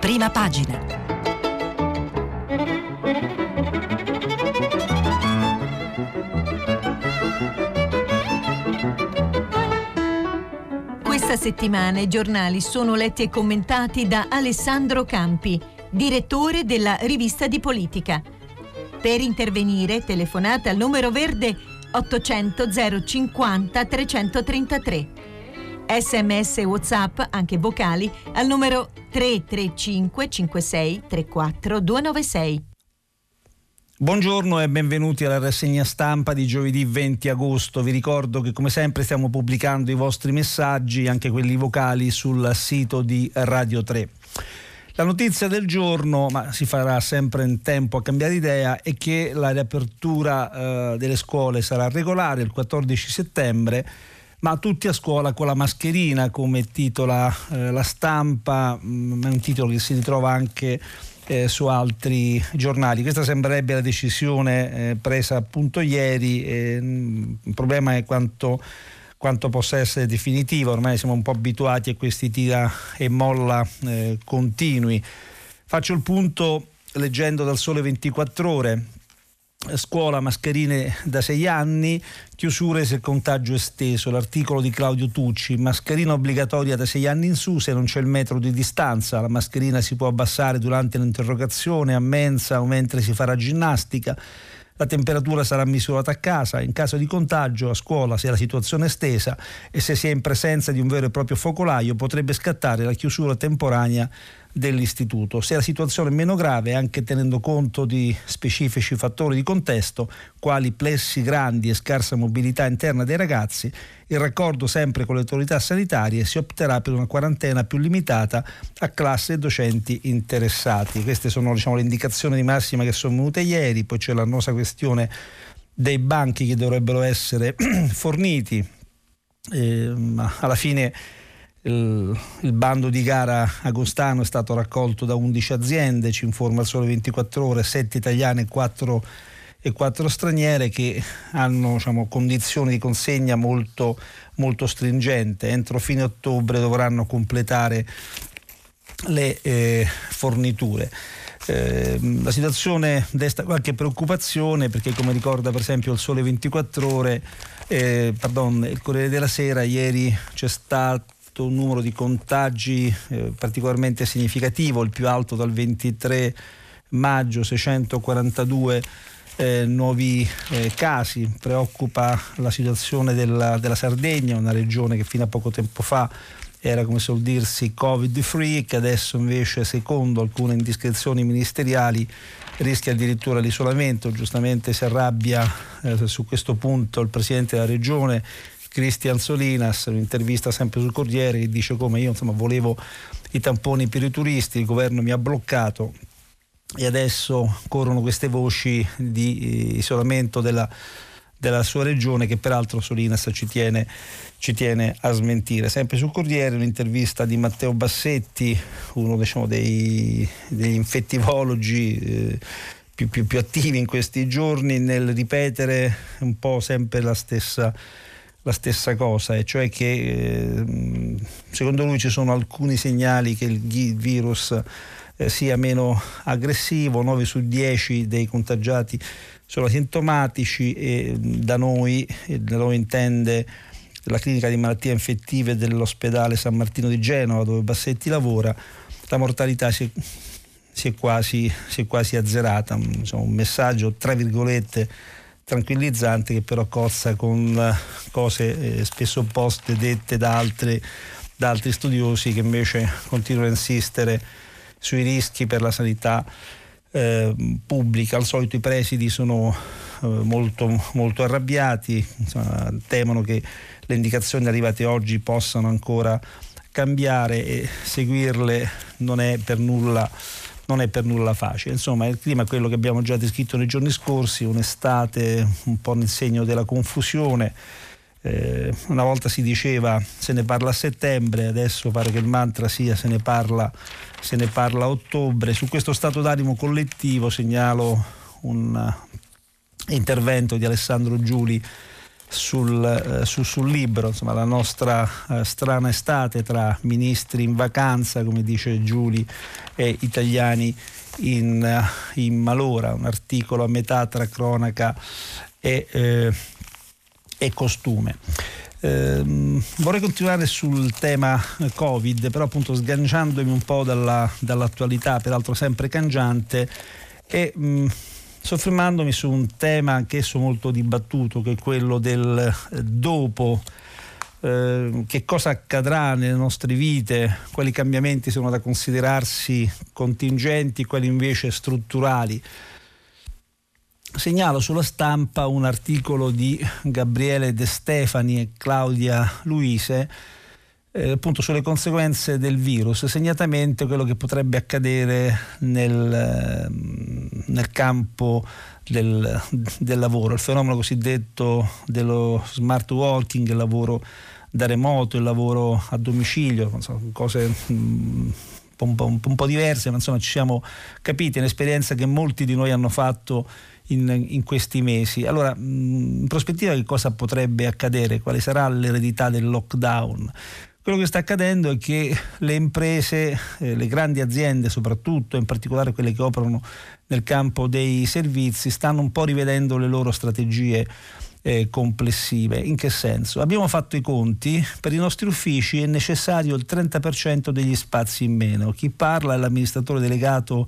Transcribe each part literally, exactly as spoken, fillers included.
Prima pagina. Questa settimana i giornali sono letti e commentati da Alessandro Campi, direttore della rivista di politica. Per intervenire telefonate al numero verde ottocento zero cinquanta trecentotrentatré. Sms e WhatsApp, anche vocali, al numero tre tre cinque cinque sei tre quattro due nove sei. Buongiorno e benvenuti alla rassegna stampa di giovedì venti agosto. Vi ricordo che come sempre stiamo pubblicando i vostri messaggi, anche quelli vocali, sul sito di Radio tre. La notizia del giorno, ma si farà sempre in tempo a cambiare idea, è che la riapertura eh, delle scuole sarà regolare il quattordici settembre, ma tutti a scuola con la mascherina, come titola eh, la stampa, mh, è un titolo che si ritrova anche eh, su altri giornali. Questa sembrerebbe la decisione eh, presa appunto ieri, eh, il problema è quanto, quanto possa essere definitiva. Ormai siamo un po' abituati a questi tira e molla eh, continui. Faccio il punto leggendo dal Sole ventiquattro Ore. Scuola, mascherine da sei anni, chiusure se il contagio è esteso. L'articolo di Claudio Tucci: mascherina obbligatoria da sei anni in su se non c'è il metro di distanza. La mascherina si può abbassare durante l'interrogazione, a mensa o mentre si farà ginnastica. La temperatura sarà misurata a casa. In caso di contagio a scuola, se la situazione è estesa e se si è in presenza di un vero e proprio focolaio, potrebbe scattare la chiusura temporanea dell'istituto. Se la situazione è meno grave, anche tenendo conto di specifici fattori di contesto quali plessi grandi e scarsa mobilità interna dei ragazzi, il raccordo sempre con le autorità sanitarie, si opterà per una quarantena più limitata a classe e docenti interessati. Queste sono, diciamo, le indicazioni di massima che sono venute ieri. Poi c'è l'annosa questione dei banchi che dovrebbero essere forniti. Eh, alla fine Il, il bando di gara agostano è stato raccolto da undici aziende, ci informa il Sole ventiquattro Ore, sette italiane e quattro, e quattro straniere, che hanno, diciamo, condizioni di consegna molto, molto stringente. Entro fine ottobre dovranno completare le eh, forniture. Eh, la situazione desta qualche preoccupazione perché, come ricorda per esempio il Sole ventiquattro Ore, eh, pardon, il Corriere della Sera, ieri c'è stato un numero di contagi eh, particolarmente significativo, il più alto dal ventitré maggio, seicentoquarantadue eh, nuovi eh, casi. Preoccupa la situazione della, della Sardegna, una regione che fino a poco tempo fa era, come suol dirsi, covid free, che adesso invece, secondo alcune indiscrezioni ministeriali, rischia addirittura l'isolamento. Giustamente si arrabbia eh, su questo punto il presidente della regione, Cristian Solinas, un'intervista sempre sul Corriere, che dice come io insomma volevo i tamponi per i turisti, il governo mi ha bloccato e adesso corrono queste voci di isolamento della, della sua regione, che peraltro Solinas ci tiene, ci tiene a smentire. Sempre sul Corriere un'intervista di Matteo Bassetti, uno, diciamo, dei, degli infettivologi eh, più, più, più attivi in questi giorni, nel ripetere un po' sempre la stessa la stessa cosa, e cioè che eh, secondo lui ci sono alcuni segnali che il virus eh, sia meno aggressivo. nove su dieci dei contagiati sono asintomatici e da noi, e da noi intende la clinica di malattie infettive dell'ospedale San Martino di Genova, dove Bassetti lavora, la mortalità si è, si è, quasi, si è quasi azzerata. Insomma, un messaggio tra virgolette tranquillizzante, che però cozza con cose eh, spesso opposte dette da, altre, da altri studiosi, che invece continuano a insistere sui rischi per la sanità eh, pubblica. Al solito i presidi sono eh, molto, molto arrabbiati, insomma, temono che le indicazioni arrivate oggi possano ancora cambiare, e seguirle non è per nulla non è per nulla facile. Insomma, il clima è quello che abbiamo già descritto nei giorni scorsi, un'estate un po' nel segno della confusione. Eh, una volta si diceva se ne parla a settembre, adesso pare che il mantra sia se ne parla, se ne parla a ottobre. Su questo stato d'animo collettivo segnalo un intervento di Alessandro Giuli sul, eh, su, sul libro, insomma la nostra eh, strana estate tra ministri in vacanza, come dice Giuli, e italiani in, in malora, un articolo a metà tra cronaca e, eh, e costume. Eh, vorrei continuare sul tema Covid, però appunto sganciandomi un po' dalla, dall'attualità, peraltro sempre cangiante, e mh, soffermandomi su un tema anch'esso molto dibattuto, che è quello del dopo. Eh, che cosa accadrà nelle nostre vite, quali cambiamenti sono da considerarsi contingenti, quali invece strutturali. Segnalo sulla Stampa un articolo di Gabriele De Stefani e Claudia Luise eh, appunto sulle conseguenze del virus, segnatamente quello che potrebbe accadere nel, nel campo del, del lavoro, il fenomeno cosiddetto dello smart working, il lavoro da remoto, il lavoro a domicilio, insomma, cose mh, un, po', un po' diverse, ma insomma ci siamo capiti, è un'esperienza che molti di noi hanno fatto in, in questi mesi. Allora, mh, in prospettiva che cosa potrebbe accadere? Quale sarà l'eredità del lockdown? Quello che sta accadendo è che le imprese, eh, le grandi aziende soprattutto, in particolare quelle che operano nel campo dei servizi, stanno un po' rivedendo le loro strategie eh, complessive. In che senso? Abbiamo fatto i conti, per i nostri uffici è necessario il trenta per cento degli spazi in meno. Chi parla è l'amministratore delegato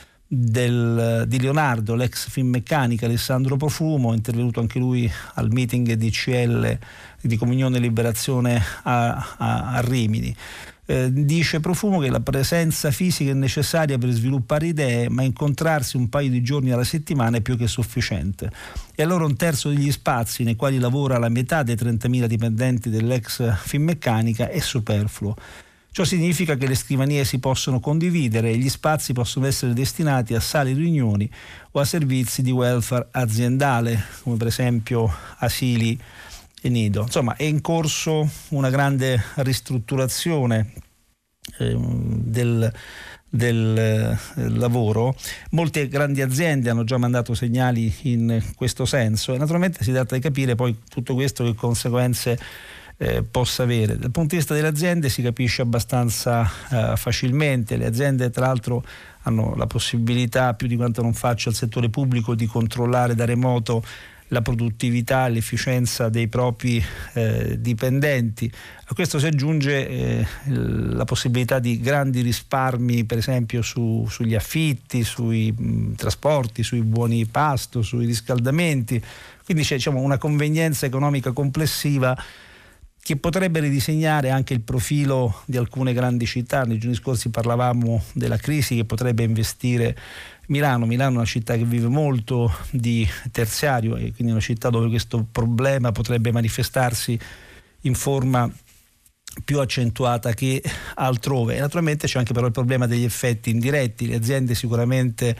del, di Leonardo, l'ex Finmeccanica, Alessandro Profumo, intervenuto anche lui al meeting D C L di Comunione e Liberazione a, a, a Rimini. Eh, dice Profumo che la presenza fisica è necessaria per sviluppare idee, ma incontrarsi un paio di giorni alla settimana è più che sufficiente. E allora un terzo degli spazi nei quali lavora la metà dei trentamila dipendenti dell'ex Finmeccanica è superfluo. Ciò significa che le scrivanie si possono condividere e gli spazi possono essere destinati a sale riunioni o a servizi di welfare aziendale, come per esempio asili e nido. Insomma, è in corso una grande ristrutturazione eh, del, del eh, lavoro. Molte grandi aziende hanno già mandato segnali in questo senso e naturalmente si tratta di capire poi tutto questo che conseguenze Eh, possa avere. Dal punto di vista delle aziende si capisce abbastanza eh, facilmente. Le aziende tra l'altro hanno la possibilità, più di quanto non faccia il settore pubblico, di controllare da remoto la produttività e l'efficienza dei propri eh, dipendenti. A questo si aggiunge eh, la possibilità di grandi risparmi, per esempio su, sugli affitti, sui mh, trasporti, sui buoni pasto, sui riscaldamenti. Quindi c'è, diciamo, una convenienza economica complessiva che potrebbe ridisegnare anche il profilo di alcune grandi città. Nei giorni scorsi parlavamo della crisi che potrebbe investire Milano. Milano è una città che vive molto di terziario e quindi è una città dove questo problema potrebbe manifestarsi in forma più accentuata che altrove. E naturalmente c'è anche però il problema degli effetti indiretti. Le aziende sicuramente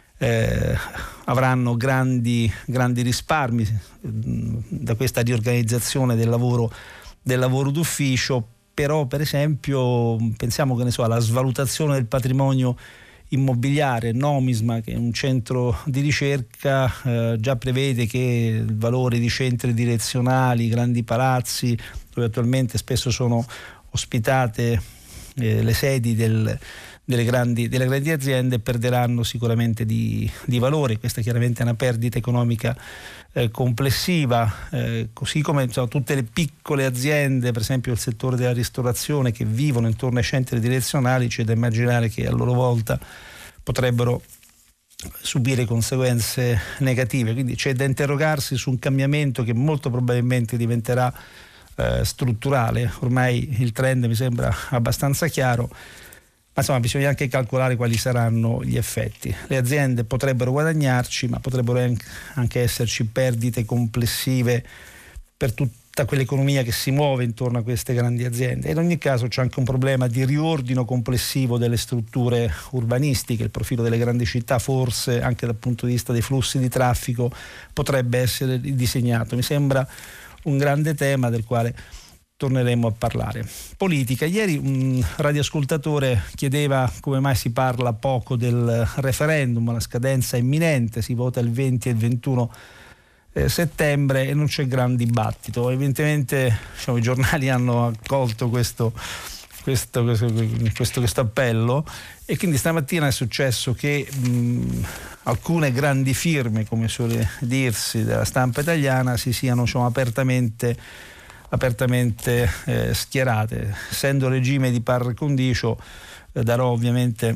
eh, avranno grandi, grandi risparmi mh, da questa riorganizzazione del lavoro del lavoro d'ufficio, però per esempio pensiamo che ne so alla svalutazione del patrimonio immobiliare. Nomisma, che è un centro di ricerca, eh, già prevede che il valore di centri direzionali, grandi palazzi dove attualmente spesso sono ospitate eh, le sedi del Delle grandi, delle grandi aziende, perderanno sicuramente di, di valore. Questa chiaramente è una perdita economica eh, complessiva, eh, così come insomma, tutte le piccole aziende, per esempio il settore della ristorazione, che vivono intorno ai centri direzionali, c'è da immaginare che a loro volta potrebbero subire conseguenze negative. Quindi c'è da interrogarsi su un cambiamento che molto probabilmente diventerà eh, strutturale. Ormai il trend mi sembra abbastanza chiaro. Ma insomma bisogna anche calcolare quali saranno gli effetti. Le aziende potrebbero guadagnarci, ma potrebbero anche esserci perdite complessive per tutta quell'economia che si muove intorno a queste grandi aziende. In ogni caso c'è anche un problema di riordino complessivo delle strutture urbanistiche. Il profilo delle grandi città, forse anche dal punto di vista dei flussi di traffico, potrebbe essere ridisegnato. Mi sembra un grande tema del quale torneremo a parlare. Politica. Ieri un radioascoltatore chiedeva come mai si parla poco del referendum. La scadenza è imminente, si vota il venti e il ventuno eh, settembre e non c'è gran dibattito. Evidentemente, diciamo, i giornali hanno accolto questo, questo, questo, questo, questo appello, e quindi stamattina è successo che mh, alcune grandi firme, come suole dirsi, della stampa italiana si siano, diciamo, apertamente apertamente eh, schierate. Essendo regime di par condicio, eh, darò ovviamente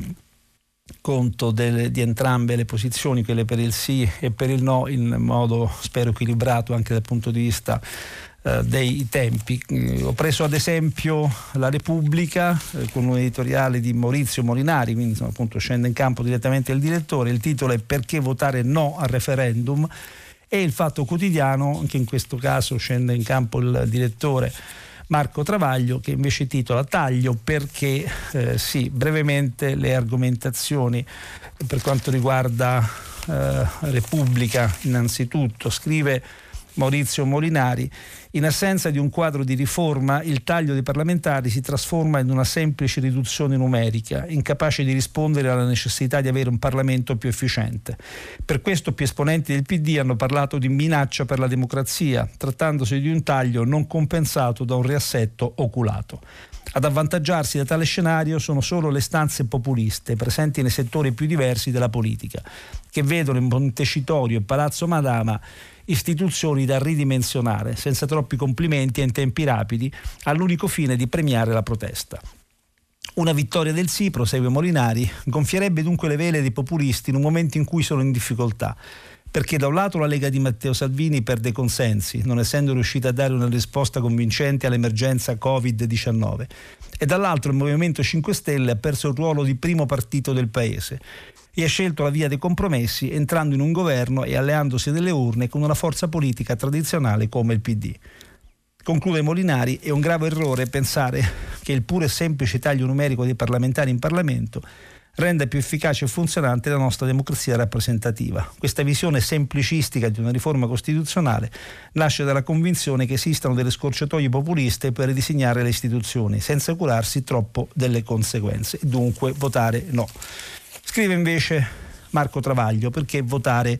conto delle, di entrambe le posizioni, quelle per il sì e per il no, in modo spero equilibrato anche dal punto di vista eh, dei tempi. Eh, ho preso ad esempio La Repubblica eh, con un editoriale di Maurizio Molinari, quindi insomma, appunto scende in campo direttamente il direttore. Il titolo è "Perché votare no al referendum", e Il Fatto Quotidiano, anche in questo caso scende in campo il direttore Marco Travaglio, che invece titola "Taglio perché eh, sì". Brevemente le argomentazioni per quanto riguarda eh, Repubblica. Innanzitutto scrive Maurizio Molinari: in assenza di un quadro di riforma, il taglio dei parlamentari si trasforma in una semplice riduzione numerica, incapace di rispondere alla necessità di avere un Parlamento più efficiente. Per questo più esponenti del P D hanno parlato di minaccia per la democrazia, trattandosi di un taglio non compensato da un riassetto oculato. Ad avvantaggiarsi da tale scenario sono solo le stanze populiste presenti nei settori più diversi della politica, che vedono in Montecitorio e Palazzo Madama istituzioni da ridimensionare, senza troppi complimenti e in tempi rapidi, all'unico fine di premiare la protesta. Una vittoria del sì, prosegue Molinari, gonfierebbe dunque le vele dei populisti in un momento in cui sono in difficoltà, perché da un lato la Lega di Matteo Salvini perde consensi, non essendo riuscita a dare una risposta convincente all'emergenza covid diciannove, e dall'altro il Movimento cinque Stelle ha perso il ruolo di primo partito del paese e ha scelto la via dei compromessi, entrando in un governo e alleandosi nelle urne con una forza politica tradizionale come il P D. Conclude Molinari: è un grave errore pensare che il puro e semplice taglio numerico dei parlamentari in Parlamento renda più efficace e funzionante la nostra democrazia rappresentativa. Questa visione semplicistica di una riforma costituzionale nasce dalla convinzione che esistano delle scorciatoie populiste per ridisegnare le istituzioni, senza curarsi troppo delle conseguenze. Dunque votare no. Scrive invece Marco Travaglio: perché votare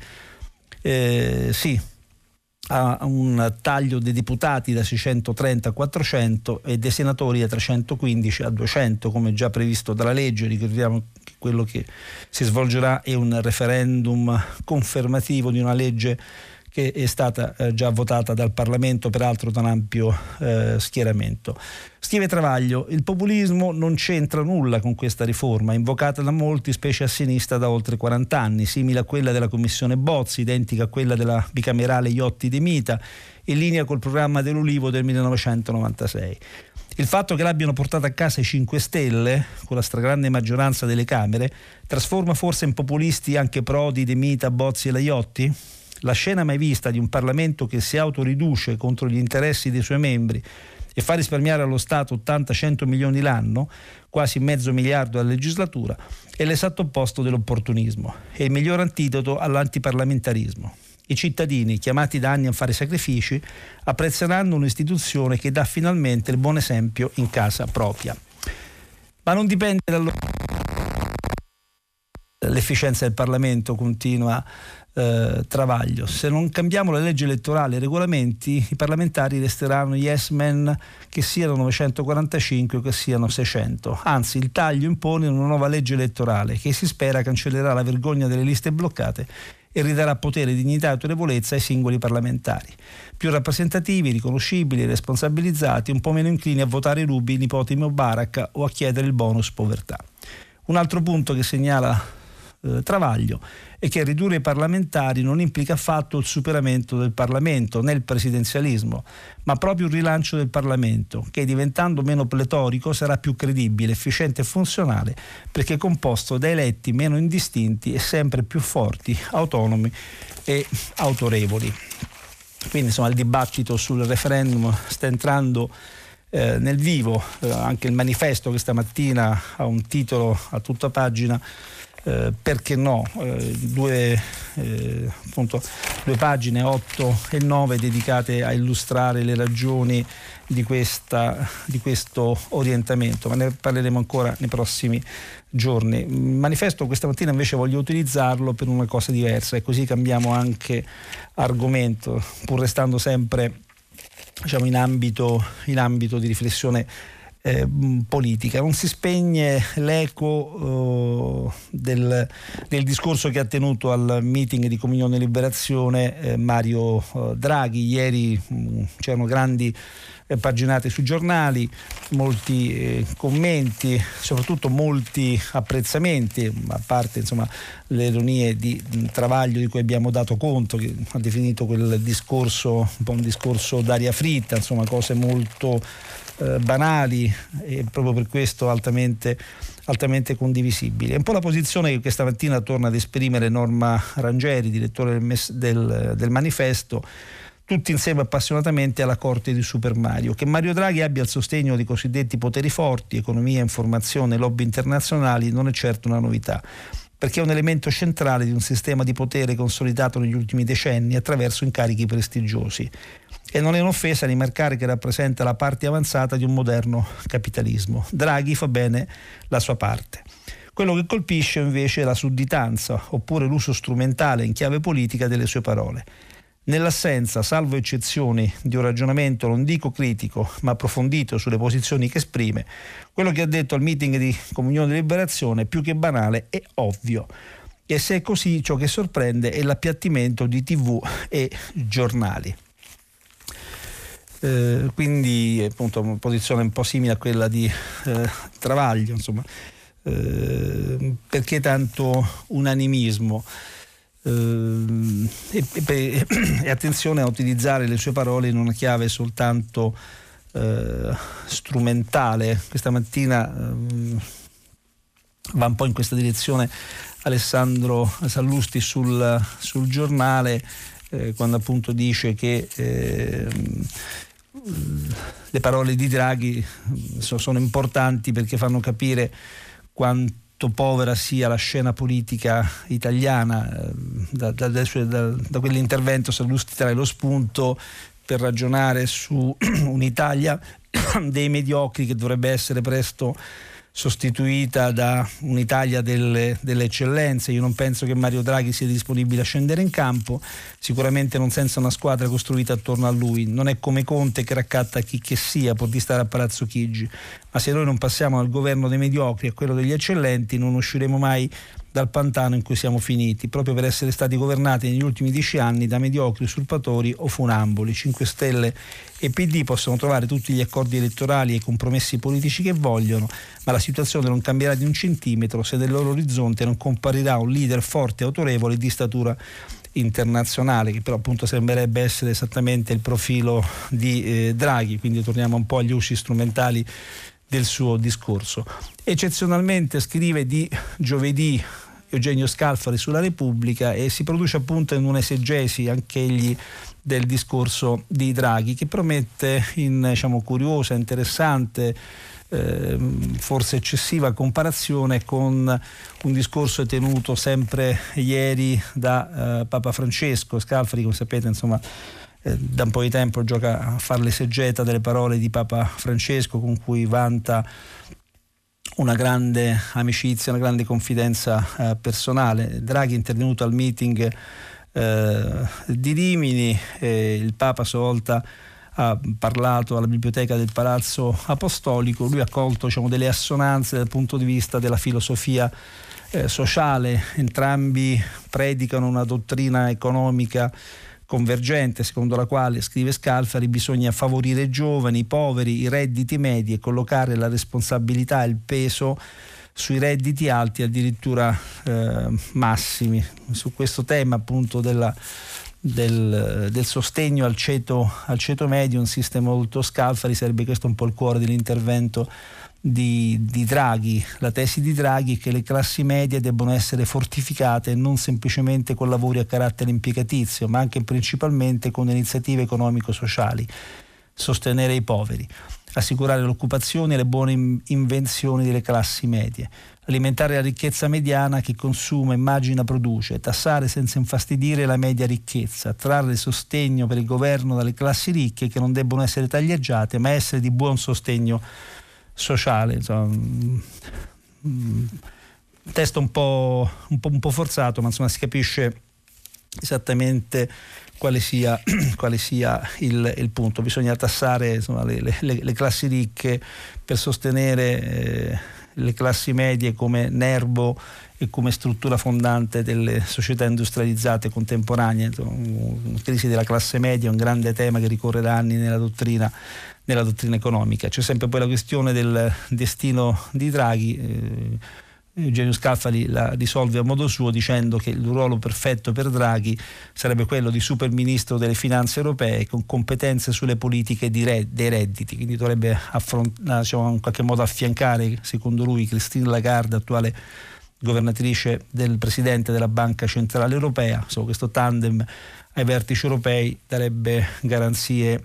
eh, sì a un taglio dei deputati da seicentotrenta a quattrocento e dei senatori da trecentoquindici a duecento, come già previsto dalla legge. Ricordiamo che quello che si svolgerà è un referendum confermativo di una legge che è stata eh, già votata dal Parlamento, peraltro da un ampio eh, schieramento. Scrive Travaglio: il populismo non c'entra nulla con questa riforma, invocata da molti, specie a sinistra, da oltre quaranta anni, simile a quella della Commissione Bozzi, identica a quella della bicamerale Iotti-De Mita, in linea col programma dell'Ulivo del millenovecentonovantasei. Il fatto che l'abbiano portata a casa i cinque Stelle, con la stragrande maggioranza delle Camere, trasforma forse in populisti anche Prodi, De Mita, Bozzi e la Iotti? La scena mai vista di un Parlamento che si autoriduce contro gli interessi dei suoi membri e fa risparmiare allo Stato ottanta cento milioni l'anno, quasi mezzo miliardo a legislatura, è l'esatto opposto dell'opportunismo, è il miglior antidoto all'antiparlamentarismo. I cittadini, chiamati da anni a fare sacrifici, apprezzeranno un'istituzione che dà finalmente il buon esempio in casa propria. Ma non dipende dall'efficienza del Parlamento, continua Eh, Travaglio. Se non cambiamo la legge elettorale e i regolamenti, i parlamentari resteranno yes men, che siano novecentoquarantacinque o che siano seicento. Anzi, il taglio impone una nuova legge elettorale che si spera cancellerà la vergogna delle liste bloccate e ridarà potere, dignità e autorevolezza ai singoli parlamentari, più rappresentativi, riconoscibili, responsabilizzati, un po' meno inclini a votare Rubi, nipoti Mubarak, o a chiedere il bonus povertà. Un altro punto che segnala Travaglio è che ridurre i parlamentari non implica affatto il superamento del Parlamento né il presidenzialismo, ma proprio il rilancio del Parlamento, che diventando meno pletorico sarà più credibile, efficiente e funzionale, perché composto da eletti meno indistinti e sempre più forti, autonomi e autorevoli. Quindi insomma il dibattito sul referendum sta entrando eh, nel vivo, eh, anche il manifesto che stamattina ha un titolo a tutta pagina eh, perché no, eh, due, eh, appunto, due pagine otto e nove dedicate a illustrare le ragioni di, questa, di questo orientamento, ma ne parleremo ancora nei prossimi giorni. Il manifesto questa mattina invece voglio utilizzarlo per una cosa diversa e così cambiamo anche argomento, pur restando sempre, diciamo, in ambito, in ambito di riflessione eh, politica. Non si spegne l'eco eh, del, del discorso che ha tenuto al meeting di Comunione e Liberazione eh, Mario eh, Draghi. Ieri mh, c'erano grandi eh, paginate sui giornali, molti eh, commenti, soprattutto molti apprezzamenti, a parte insomma le ironie di Travaglio di cui abbiamo dato conto, che ha definito quel discorso un po' un discorso d'aria fritta, insomma cose molto eh, banali e proprio per questo altamente altamente condivisibili. È un po' la posizione che questa mattina torna ad esprimere Norma Rangieri, direttore del, del, del manifesto, tutti insieme appassionatamente alla corte di Super Mario. Che Mario Draghi abbia il sostegno di cosiddetti poteri forti, economia, informazione, lobby internazionali, non è certo una novità, perché è un elemento centrale di un sistema di potere consolidato negli ultimi decenni attraverso incarichi prestigiosi. E non è un'offesa rimarcare che rappresenta la parte avanzata di un moderno capitalismo. Draghi fa bene la sua parte. Quello che colpisce invece è la sudditanza, oppure l'uso strumentale in chiave politica delle sue parole. Nell'assenza, salvo eccezioni, di un ragionamento non dico critico ma approfondito sulle posizioni che esprime, quello che ha detto al meeting di Comunione e Liberazione, più che banale, è ovvio. E se è così, ciò che sorprende è l'appiattimento di tivù e giornali. Eh, quindi appunto una posizione un po' simile a quella di eh, Travaglio, insomma. Eh, perché tanto unanimismo? Uh, e, e, e attenzione a utilizzare le sue parole in una chiave soltanto uh, strumentale. Questa mattina uh, va un po' in questa direzione Alessandro Sallusti sul, sul giornale eh, quando appunto dice che eh, le parole di Draghi sono importanti perché fanno capire quanto povera sia la scena politica italiana. Da, da, da, da, da quell'intervento Sallusti trae lo spunto per ragionare su un'Italia dei mediocri che dovrebbe essere presto sostituita da un'Italia delle, delle eccellenze. Io non penso che Mario Draghi sia disponibile a scendere in campo, sicuramente non senza una squadra costruita attorno a lui. Non è come Conte che raccatta chi che sia pur di stare a Palazzo Chigi, ma se noi non passiamo dal governo dei mediocri a quello degli eccellenti non usciremo mai dal pantano in cui siamo finiti, proprio per essere stati governati negli ultimi dieci anni da mediocri, usurpatori o funamboli. cinque Stelle e P D possono trovare tutti gli accordi elettorali e i compromessi politici che vogliono, ma la situazione non cambierà di un centimetro se nel loro orizzonte non comparirà un leader forte, autorevole e di statura internazionale, che però appunto sembrerebbe essere esattamente il profilo di eh, Draghi. Quindi torniamo un po' agli usi strumentali del suo discorso. Eccezionalmente scrive di giovedì Eugenio Scalfari sulla Repubblica e si produce appunto in un'esegesi anch'egli del discorso di Draghi, che promette in diciamo curiosa, interessante, eh, forse eccessiva comparazione con un discorso tenuto sempre ieri da eh, Papa Francesco. Scalfari, come sapete, insomma eh, da un po' di tempo gioca a fare l'esegeta delle parole di Papa Francesco, con cui vanta una grande amicizia, una grande confidenza eh, personale. Draghi è intervenuto al meeting eh, di Rimini, e il Papa a sua volta ha parlato alla biblioteca del Palazzo Apostolico. Lui ha colto diciamo, delle assonanze dal punto di vista della filosofia eh, sociale. Entrambi predicano una dottrina economica convergente, secondo la quale, scrive Scalfari, bisogna favorire i giovani, i poveri, i redditi medi e collocare la responsabilità e il peso sui redditi alti, addirittura eh, massimi. Su questo tema appunto della, del, del sostegno al ceto, al ceto medio insiste molto Scalfari. Sarebbe questo un po' il cuore dell'intervento Di, di Draghi. La tesi di Draghi è che le classi medie debbono essere fortificate non semplicemente con lavori a carattere impiegatizio, ma anche e principalmente con iniziative economico-sociali, sostenere i poveri. assicurare l'occupazione e le buone invenzioni delle classi medie, alimentare la ricchezza mediana che consuma, immagina, produce, tassare senza infastidire la media ricchezza, trarre sostegno per il governo dalle classi ricche che non debbono essere taglieggiate ma essere di buon sostegno sociale. Insomma, un testo un po', un po', un po' forzato, ma insomma si capisce esattamente quale sia, quale sia il, il punto. Bisogna tassare insomma, le, le, le classi ricche per sostenere eh, le classi medie come nervo e come struttura fondante delle società industrializzate contemporanee. Una crisi della classe media è un grande tema che ricorre da anni nella dottrina, nella dottrina economica. C'è sempre poi la questione del destino di Draghi. eh, Eugenio Scalfari la risolve a modo suo dicendo che il ruolo perfetto per Draghi sarebbe quello di superministro delle finanze europee con competenze sulle politiche di re, dei redditi, quindi dovrebbe affrontare, diciamo, in qualche modo affiancare, secondo lui, Christine Lagarde, attuale governatrice del presidente della Banca Centrale Europea. Insomma, questo tandem ai vertici europei darebbe garanzie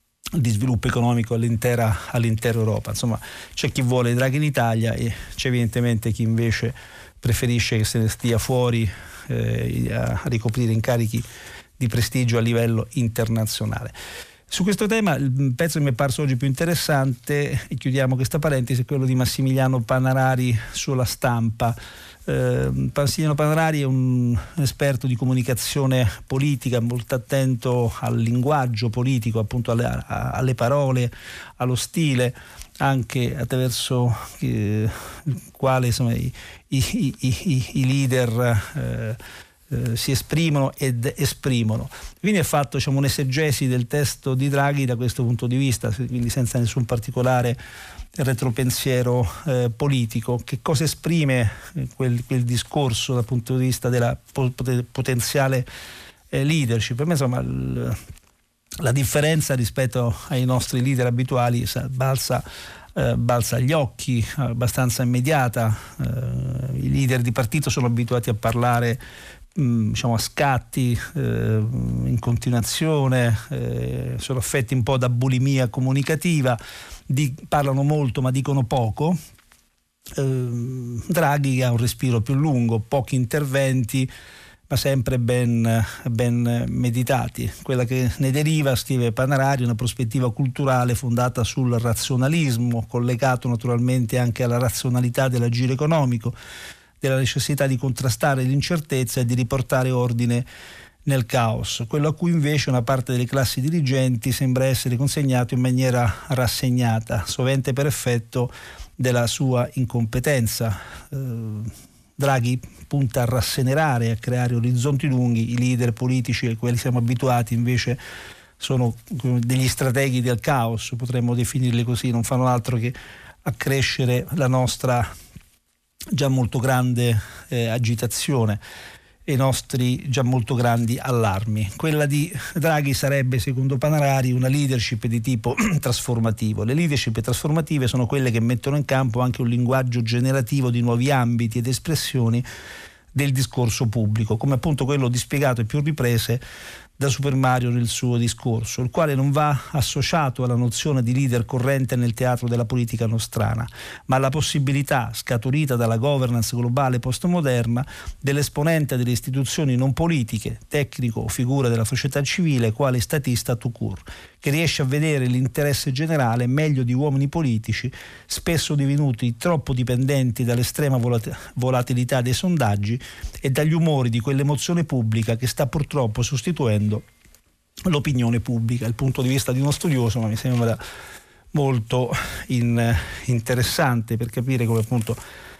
di sviluppo economico all'intera, all'intera Europa. Insomma, c'è chi vuole Draghi in Italia e c'è evidentemente chi invece preferisce che se ne stia fuori eh, a ricoprire incarichi di prestigio a livello internazionale. Su questo tema il pezzo che mi è parso oggi più interessante, e chiudiamo questa parentesi, è quello di Massimiliano Panarari sulla Stampa. Eh, Massimiliano Panarari è un esperto di comunicazione politica, molto attento al linguaggio politico, appunto alle, a, alle parole, allo stile, anche attraverso eh, il quale insomma, i, i, i, i leader eh, eh, si esprimono ed esprimono. Quindi è fatto, diciamo, un'esegesi del testo di Draghi da questo punto di vista, quindi senza nessun particolare retropensiero eh, politico. Che cosa esprime quel, quel discorso dal punto di vista della pot- potenziale eh, leadership? Per me insomma l- la differenza rispetto ai nostri leader abituali balza, eh, balza agli occhi, abbastanza immediata. Eh, i leader di partito sono abituati a parlare mh, diciamo a scatti, eh, in continuazione, eh, sono affetti un po' da bulimia comunicativa. Di, parlano molto ma dicono poco. eh, Draghi ha un respiro più lungo, pochi interventi ma sempre ben, ben meditati. Quella che ne deriva, scrive Panarari, una prospettiva culturale fondata sul razionalismo, collegato naturalmente anche alla razionalità dell'agire economico, della necessità di contrastare l'incertezza e di riportare ordine nel caos, quello a cui invece una parte delle classi dirigenti sembra essere consegnato in maniera rassegnata, sovente per effetto della sua incompetenza. Eh, Draghi punta a rassenerare, a creare orizzonti lunghi. I leader politici ai quali siamo abituati invece sono degli strateghi del caos, potremmo definirli così, non fanno altro che accrescere la nostra già molto grande eh, agitazione e i nostri già molto grandi allarmi. Quella di Draghi sarebbe, secondo Panarari, una leadership di tipo trasformativo. Le leadership trasformative sono quelle che mettono in campo anche un linguaggio generativo di nuovi ambiti ed espressioni del discorso pubblico, come appunto quello dispiegato a più riprese da Super Mario nel suo discorso, il quale non va associato alla nozione di leader corrente nel teatro della politica nostrana, ma alla possibilità, scaturita dalla governance globale postmoderna, dell'esponente delle istituzioni non politiche, tecnico o figura della società civile, quale statista tout court, che riesce a vedere l'interesse generale meglio di uomini politici, spesso divenuti troppo dipendenti dall'estrema volat- volatilità dei sondaggi e dagli umori di quell'emozione pubblica che sta purtroppo sostituendo l'opinione pubblica. Il punto di vista di uno studioso, ma mi sembra molto in, interessante per capire come appunto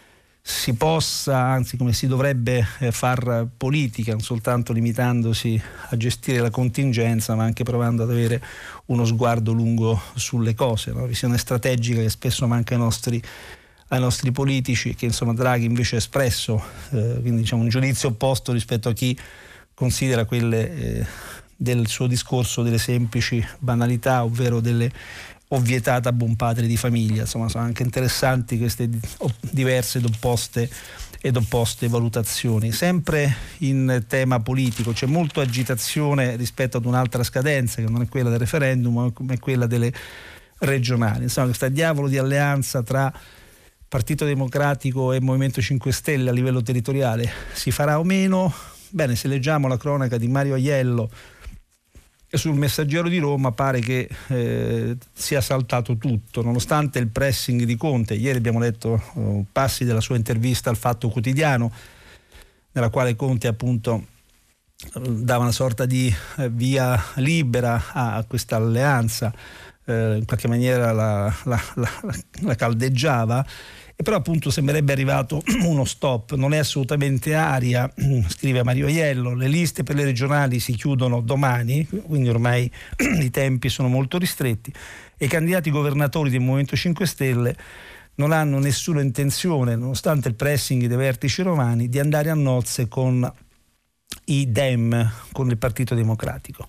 si possa, anzi come si dovrebbe eh, far politica, non soltanto limitandosi a gestire la contingenza, ma anche provando ad avere uno sguardo lungo sulle cose, una visione strategica che spesso manca ai nostri, ai nostri politici, che insomma Draghi invece ha espresso, eh, quindi diciamo un giudizio opposto rispetto a chi considera quelle eh, del suo discorso delle semplici banalità, ovvero delle ovvietate a buon padre di famiglia. Insomma, sono anche interessanti queste diverse ed opposte, ed opposte valutazioni. Sempre in tema politico c'è molta agitazione rispetto ad un'altra scadenza, che non è quella del referendum, ma è quella delle regionali. Insomma, questa diavolo di alleanza tra Partito Democratico e Movimento cinque Stelle a livello territoriale si farà o meno? Bene, se leggiamo la cronaca di Mario Aiello sul Messaggero di Roma pare che eh, sia saltato tutto, nonostante il pressing di Conte. Ieri abbiamo letto uh, passi della sua intervista al Fatto Quotidiano, nella quale Conte appunto dava una sorta di eh, via libera a, a questa alleanza, eh, in qualche maniera la, la, la, la caldeggiava. E però appunto sembrerebbe arrivato uno stop, non è assolutamente aria, scrive Mario Aiello, le liste per le regionali si chiudono domani, quindi ormai i tempi sono molto ristretti, e i candidati governatori del Movimento cinque Stelle non hanno nessuna intenzione, nonostante il pressing dei vertici romani, di andare a nozze con i Dem, con il Partito Democratico.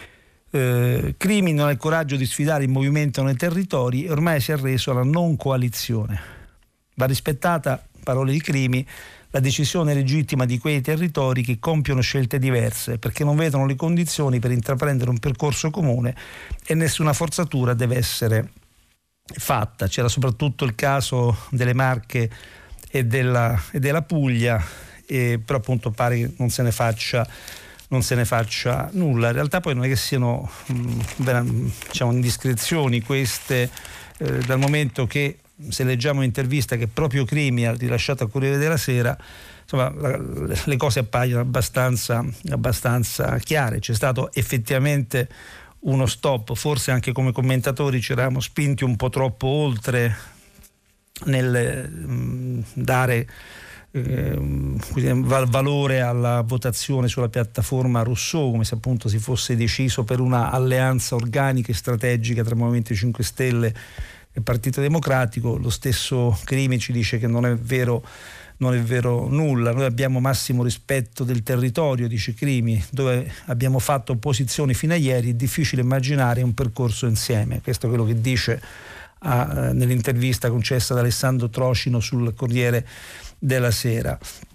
Eh, Crimi non ha il coraggio di sfidare il movimento nei territori e ormai si è arreso alla non coalizione. Va rispettata, parole di Crimi, la decisione legittima di quei territori che compiono scelte diverse perché non vedono le condizioni per intraprendere un percorso comune e nessuna forzatura deve essere fatta. C'era soprattutto il caso delle Marche e della, e della Puglia, e però appunto pare che non se ne faccia non se ne faccia nulla. In realtà poi non è che siano mh, diciamo indiscrezioni queste, eh, dal momento che, se leggiamo un'intervista che proprio Crimi ha rilasciato al Corriere della Sera, insomma la, le cose appaiono abbastanza, abbastanza chiare. C'è stato effettivamente uno stop, forse anche come commentatori ci eravamo spinti un po' troppo oltre nel mh, dare eh, valore alla votazione sulla piattaforma Rousseau, come se appunto si fosse deciso per una alleanza organica e strategica tra Movimento cinque Stelle e Partito Democratico. Lo stesso Crimi ci dice che non è vero, non è vero nulla. Noi abbiamo massimo rispetto del territorio, dice Crimi, dove abbiamo fatto opposizione fino a ieri, è difficile immaginare un percorso insieme. Questo è quello che dice a, nell'intervista concessa da Alessandro Trocino sul Corriere della Sera.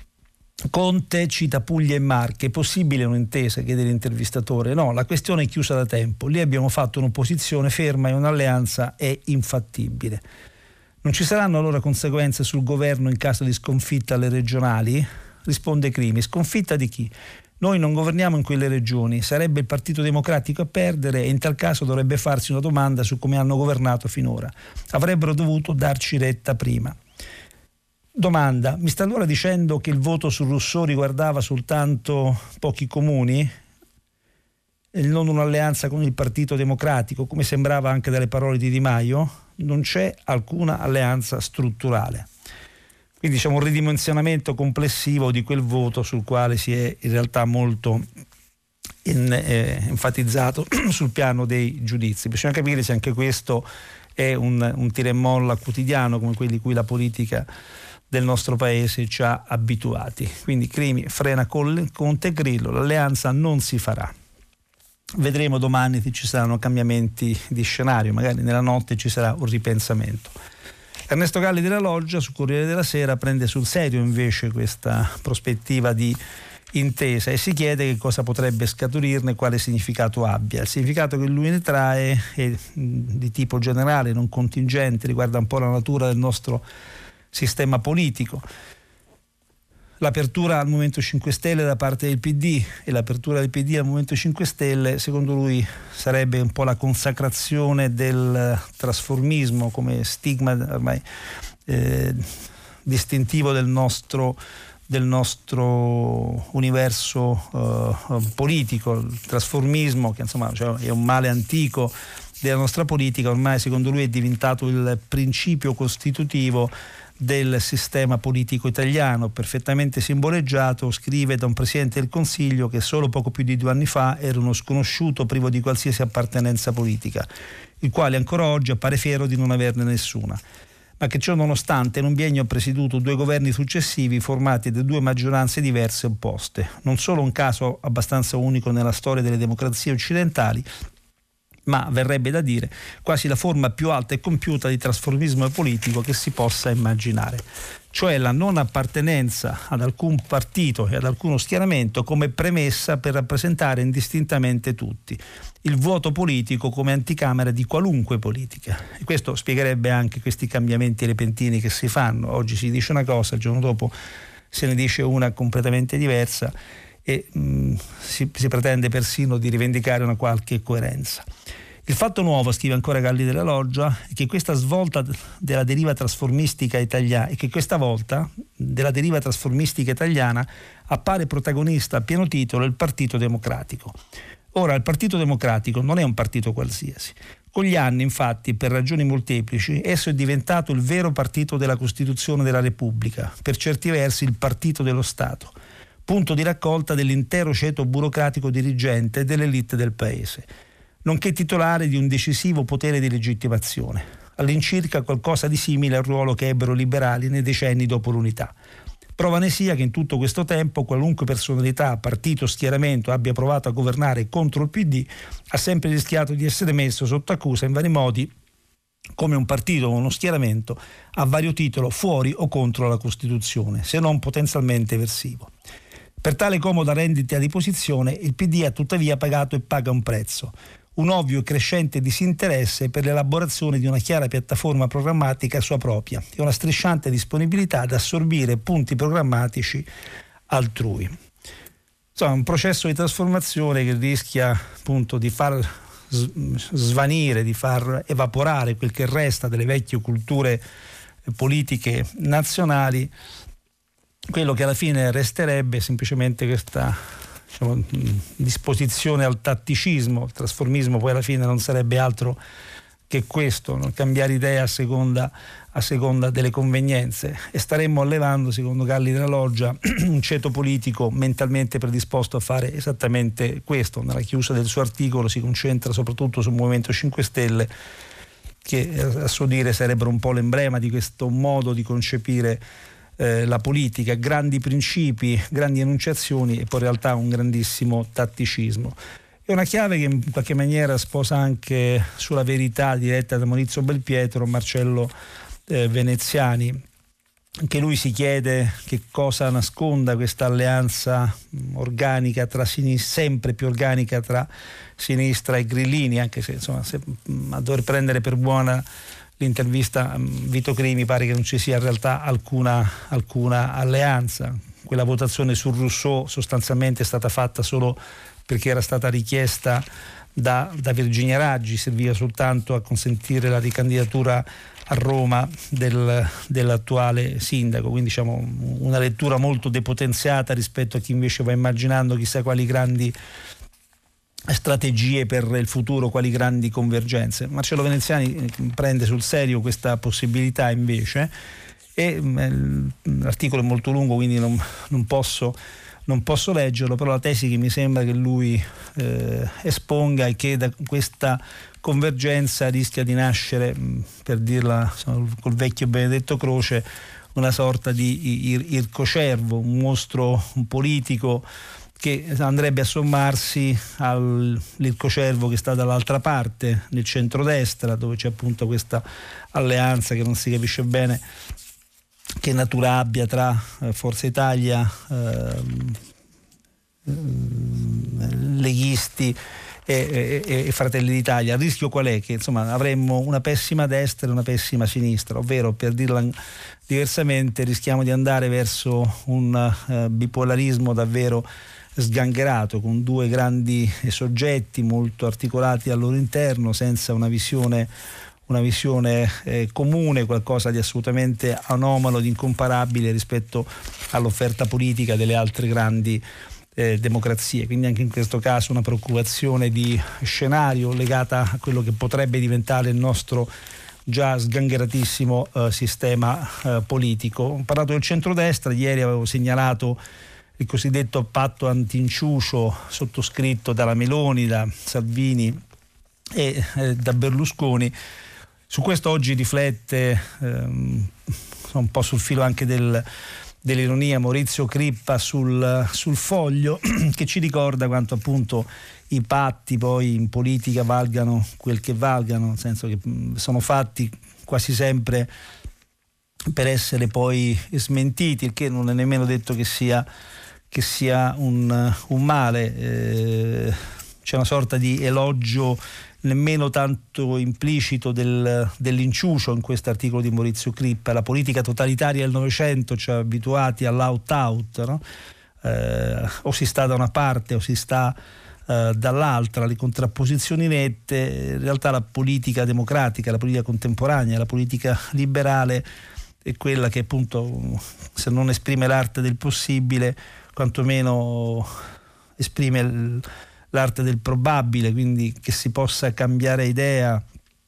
Conte cita Puglia e Marche, è possibile un'intesa, chiede l'intervistatore? No, la questione è chiusa da tempo, lì abbiamo fatto un'opposizione ferma e un'alleanza è infattibile. Non ci saranno allora conseguenze sul governo in caso di sconfitta alle regionali? Risponde Crimi, sconfitta di chi? Noi non governiamo in quelle regioni, sarebbe il Partito Democratico a perdere e in tal caso dovrebbe farsi una domanda su come hanno governato finora. Avrebbero dovuto darci retta prima. Domanda, mi sta allora dicendo che il voto su Rousseau riguardava soltanto pochi comuni e non un'alleanza con il Partito Democratico, come sembrava anche dalle parole di Di Maio? Non c'è alcuna alleanza strutturale. Quindi diciamo un ridimensionamento complessivo di quel voto sul quale si è in realtà molto in, eh, enfatizzato sul piano dei giudizi. Bisogna capire se anche questo è un, un tira e molla quotidiano come quelli di cui la politica del nostro paese ci ha abituati. Quindi Crimi frena Conte e Grillo, l'alleanza non si farà. Vedremo domani se ci saranno cambiamenti di scenario, magari nella notte ci sarà un ripensamento. Ernesto Galli della Loggia sul Corriere della Sera prende sul serio invece questa prospettiva di intesa e si chiede che cosa potrebbe scaturirne e quale significato abbia. Il significato che lui ne trae è di tipo generale, non contingente, riguarda un po' la natura del nostro sistema politico. L'apertura al Movimento cinque Stelle da parte del P D e l'apertura del P D al Movimento cinque Stelle, secondo lui, sarebbe un po' la consacrazione del trasformismo come stigma ormai eh, distintivo del nostro, del nostro universo eh, politico. Il trasformismo, che insomma cioè, è un male antico della nostra politica, ormai secondo lui è diventato il principio costitutivo del sistema politico italiano, perfettamente simboleggiato, scrive, da un Presidente del Consiglio che solo poco più di due anni fa era uno sconosciuto privo di qualsiasi appartenenza politica, il quale ancora oggi appare fiero di non averne nessuna, ma che ciò nonostante in un biennio ha presieduto due governi successivi formati da due maggioranze diverse e opposte, non solo un caso abbastanza unico nella storia delle democrazie occidentali, ma verrebbe da dire quasi la forma più alta e compiuta di trasformismo politico che si possa immaginare. cioè la non appartenenza ad alcun partito e ad alcuno schieramento come premessa per rappresentare indistintamente tutti, il vuoto politico come anticamera di qualunque politica. E questo spiegherebbe anche questi cambiamenti repentini che si fanno. Oggi si dice una cosa, il giorno dopo se ne dice una completamente diversa e mh, si, si pretende persino di rivendicare una qualche coerenza. Il fatto nuovo, scrive ancora Galli della Loggia, è che questa svolta della deriva trasformistica italiana e che questa volta della deriva trasformistica italiana appare protagonista a pieno titolo il Partito Democratico. Ora, il Partito Democratico non è un partito qualsiasi. Con gli anni, infatti, per ragioni molteplici, esso è diventato il vero partito della Costituzione della Repubblica, per certi versi il partito dello Stato, punto di raccolta dell'intero ceto burocratico dirigente e dell'elite del paese, nonché titolare di un decisivo potere di legittimazione, all'incirca qualcosa di simile al ruolo che ebbero i liberali nei decenni dopo l'unità. Prova ne sia che in tutto questo tempo qualunque personalità, partito, schieramento abbia provato a governare contro il P D ha sempre rischiato di essere messo sotto accusa in vari modi come un partito o uno schieramento a vario titolo fuori o contro la Costituzione, se non potenzialmente eversivo. Per tale comoda rendita di posizione il P D ha tuttavia pagato e paga un prezzo, un ovvio e crescente disinteresse per l'elaborazione di una chiara piattaforma programmatica sua propria e una strisciante disponibilità ad assorbire punti programmatici altrui. Insomma, un processo di trasformazione che rischia appunto di far svanire, di far evaporare quel che resta delle vecchie culture politiche nazionali. Quello che alla fine resterebbe è semplicemente questa, diciamo, disposizione al tatticismo. Il trasformismo poi alla fine non sarebbe altro che questo, no? Cambiare idea a seconda, a seconda delle convenienze, e staremmo allevando, secondo Galli della Loggia, un ceto politico mentalmente predisposto a fare esattamente questo. Nella chiusa del suo articolo si concentra soprattutto sul Movimento cinque Stelle, che a suo dire sarebbero un po' l'emblema di questo modo di concepire Eh, la politica, grandi principi, grandi enunciazioni e poi in realtà un grandissimo tatticismo. È una chiave che in qualche maniera sposa anche Sulla verità, diretta da Maurizio Belpietro, Marcello eh, Veneziani. Anche lui si chiede che cosa nasconda questa alleanza organica tra sinistra, sempre più organica tra sinistra e grillini, anche se insomma se, a dover prendere per buona l'intervista Vito Crimi pare che non ci sia in realtà alcuna, alcuna alleanza. Quella votazione su Rousseau sostanzialmente è stata fatta solo perché era stata richiesta da, da Virginia Raggi, serviva soltanto a consentire la ricandidatura a Roma del, dell'attuale sindaco, quindi diciamo una lettura molto depotenziata rispetto a chi invece va immaginando chissà quali grandi strategie per il futuro, quali grandi convergenze. Marcello Veneziani prende sul serio questa possibilità invece, e l'articolo è molto lungo quindi non, non, posso, non posso leggerlo, però la tesi che mi sembra che lui eh, esponga è che da questa convergenza rischia di nascere, per dirla insomma, col vecchio Benedetto Croce, una sorta di ir- ircocervo, un mostro un politico che andrebbe a sommarsi all'ircocervo che sta dall'altra parte, nel centrodestra, dove c'è appunto questa alleanza che non si capisce bene che natura abbia tra eh, Forza Italia, eh, leghisti e, e, e Fratelli d'Italia. Il rischio qual è? Che insomma avremmo una pessima destra e una pessima sinistra, ovvero, per dirla diversamente, rischiamo di andare verso un uh, bipolarismo davvero sgangherato, con due grandi soggetti molto articolati al loro interno, senza una visione una visione eh, comune, qualcosa di assolutamente anomalo, di incomparabile rispetto all'offerta politica delle altre grandi eh, democrazie. Quindi anche in questo caso una preoccupazione di scenario legata a quello che potrebbe diventare il nostro già sgangheratissimo eh, sistema eh, politico. Ho parlato del centrodestra, ieri avevo segnalato il cosiddetto patto anti-inciucio sottoscritto dalla Meloni, da Salvini e eh, da Berlusconi. Su questo oggi riflette ehm, un po' sul filo anche del, dell'ironia Maurizio Crippa sul, sul Foglio, che ci ricorda quanto appunto i patti poi in politica valgano quel che valgano, nel senso che sono fatti quasi sempre per essere poi smentiti, il che non è nemmeno detto che sia, che sia un, un male. Eh, c'è una sorta di elogio nemmeno tanto implicito del, dell'inciucio in questo articolo di Maurizio Crippa. La politica totalitaria del Novecento ci ha abituati all'out-out, no? Eh, o si sta da una parte o si sta eh, dall'altra, le contrapposizioni nette. In realtà la politica democratica, la politica contemporanea, la politica liberale è quella che appunto, se non esprime l'arte del possibile, quantomeno esprime il, l'arte del probabile, quindi che si possa cambiare idea,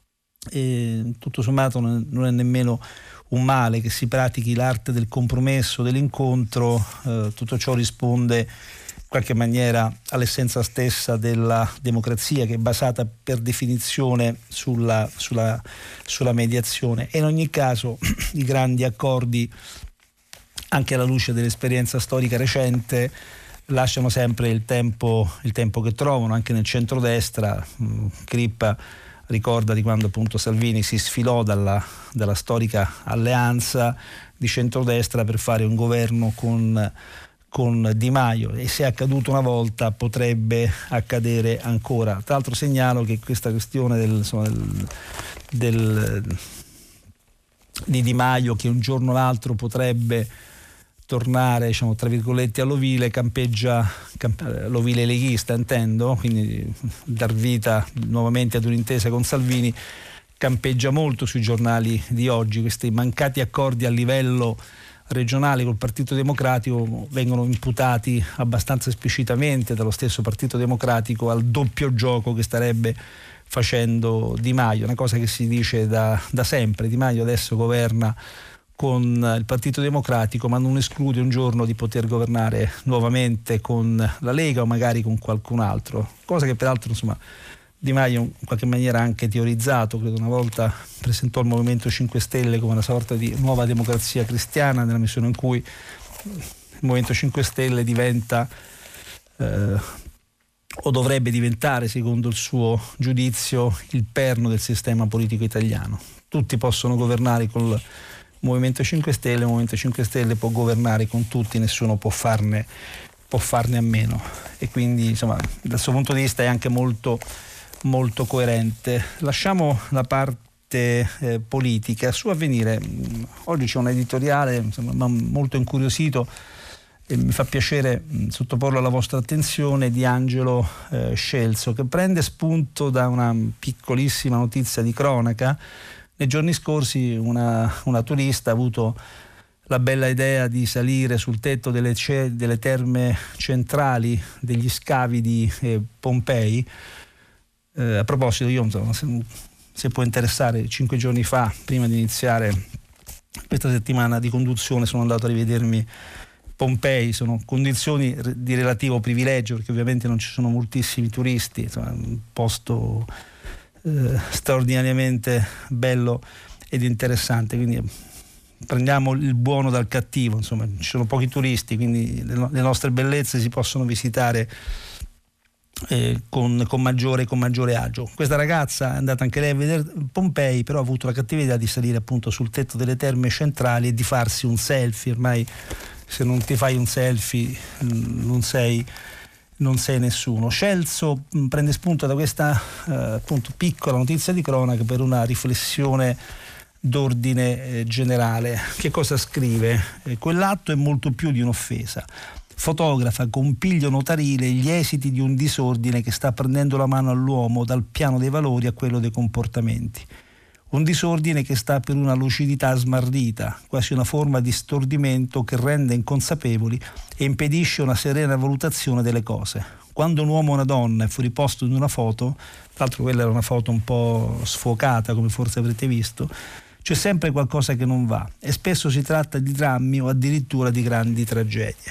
e tutto sommato non è nemmeno un male che si pratichi l'arte del compromesso, dell'incontro. Eh, tutto ciò risponde in qualche maniera all'essenza stessa della democrazia, che è basata per definizione sulla, sulla, sulla mediazione. E in ogni caso i grandi accordi, anche alla luce dell'esperienza storica recente, lasciano sempre il tempo, il tempo che trovano. Anche nel centrodestra, Crippa ricorda di quando appunto Salvini si sfilò dalla, dalla storica alleanza di centrodestra per fare un governo con, con Di Maio, e se è accaduto una volta potrebbe accadere ancora. Tra l'altro segnalo che questa questione del, insomma, del, del, di Di Maio, che un giorno o l'altro potrebbe tornare, diciamo, tra virgolette all'ovile, campeggia, camp- l'ovile leghista intendo, quindi dar vita nuovamente ad un'intesa con Salvini, campeggia molto sui giornali di oggi. Questi mancati accordi a livello regionale col Partito Democratico vengono imputati abbastanza esplicitamente dallo stesso Partito Democratico al doppio gioco che starebbe facendo Di Maio, una cosa che si dice da, da sempre. Di Maio adesso governa con il Partito Democratico, ma non esclude un giorno di poter governare nuovamente con la Lega o magari con qualcun altro, cosa che peraltro, insomma, Di Maio in qualche maniera ha anche teorizzato. Credo una volta presentò il Movimento cinque Stelle come una sorta di nuova democrazia cristiana, nella misura in cui il Movimento cinque Stelle diventa eh, o dovrebbe diventare, secondo il suo giudizio, il perno del sistema politico italiano. Tutti possono governare col Movimento cinque Stelle, il Movimento cinque Stelle può governare con tutti, nessuno può farne, può farne a meno, e quindi, insomma, dal suo punto di vista è anche molto, molto coerente. Lasciamo la parte eh, politica. Su Avvenire oggi c'è un editoriale, insomma, molto incuriosito, e mi fa piacere mh, sottoporlo alla vostra attenzione, di Angelo eh, Scelso, che prende spunto da una piccolissima notizia di cronaca. Nei giorni scorsi una, una turista ha avuto la bella idea di salire sul tetto delle, ce, delle terme centrali degli scavi di eh, Pompei. Eh, a proposito, io insomma, se, se può interessare, cinque giorni fa, prima di iniziare questa settimana di conduzione, sono andato a rivedermi Pompei. Sono condizioni di relativo privilegio, perché ovviamente non ci sono moltissimi turisti, insomma, un posto Eh, straordinariamente bello ed interessante, quindi prendiamo il buono dal cattivo. Insomma, ci sono pochi turisti, quindi le, no- le nostre bellezze si possono visitare eh, con, con, maggiore, con maggiore agio. Questa ragazza è andata anche lei a vedere Pompei, però ha avuto la cattiva idea di salire appunto sul tetto delle terme centrali e di farsi un selfie. Ormai se non ti fai un selfie non sei non sei nessuno. Scelso mh, prende spunto da questa eh, appunto piccola notizia di cronaca per una riflessione d'ordine eh, generale. Che cosa scrive? Eh, quell'atto è molto più di un'offesa. Fotografa con piglio notarile gli esiti di un disordine che sta prendendo la mano all'uomo dal piano dei valori a quello dei comportamenti. Un disordine che sta per una lucidità smarrita, quasi una forma di stordimento che rende inconsapevoli e impedisce una serena valutazione delle cose. Quando un uomo o una donna è fuori posto in una foto, tra l'altro quella era una foto un po' sfocata, come forse avrete visto, c'è sempre qualcosa che non va, e spesso si tratta di drammi o addirittura di grandi tragedie.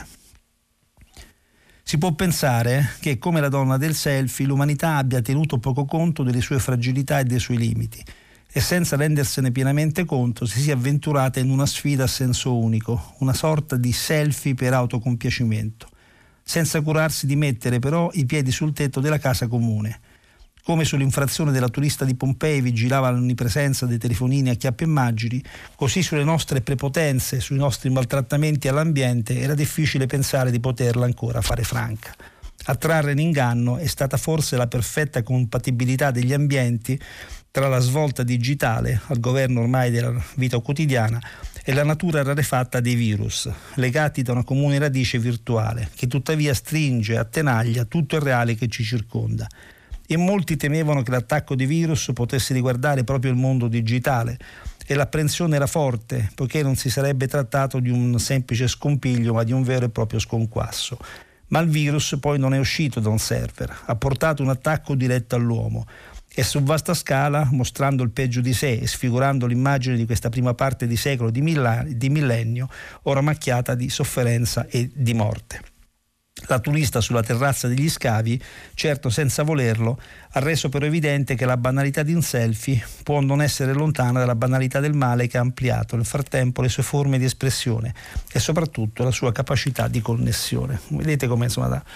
Si può pensare che, come la donna del selfie, l'umanità abbia tenuto poco conto delle sue fragilità e dei suoi limiti, e senza rendersene pienamente conto si sia avventurata in una sfida a senso unico, una sorta di selfie per autocompiacimento, senza curarsi di mettere però i piedi sul tetto della casa comune. Come sull'infrazione della turista di Pompei vigilava l'onnipresenza dei telefonini a chiappe immagini, così sulle nostre prepotenze, sui nostri maltrattamenti all'ambiente era difficile pensare di poterla ancora fare franca. A trarre in inganno è stata forse la perfetta compatibilità degli ambienti tra la svolta digitale al governo ormai della vita quotidiana e la natura rarefatta dei virus, legati da una comune radice virtuale, che tuttavia stringe e attenaglia tutto il reale che ci circonda. E molti temevano che l'attacco dei virus potesse riguardare proprio il mondo digitale, e l'apprensione era forte, poiché non si sarebbe trattato di un semplice scompiglio, ma di un vero e proprio sconquasso. Ma il virus poi non è uscito da un server, ha portato un attacco diretto all'uomo, e su vasta scala, mostrando il peggio di sé e sfigurando l'immagine di questa prima parte di secolo, di, milla- di millennio, ora macchiata di sofferenza e di morte. La turista sulla terrazza degli scavi, certo senza volerlo, ha reso però evidente che la banalità di un selfie può non essere lontana dalla banalità del male che ha ampliato nel frattempo le sue forme di espressione e soprattutto la sua capacità di connessione. Vedete come insomma da,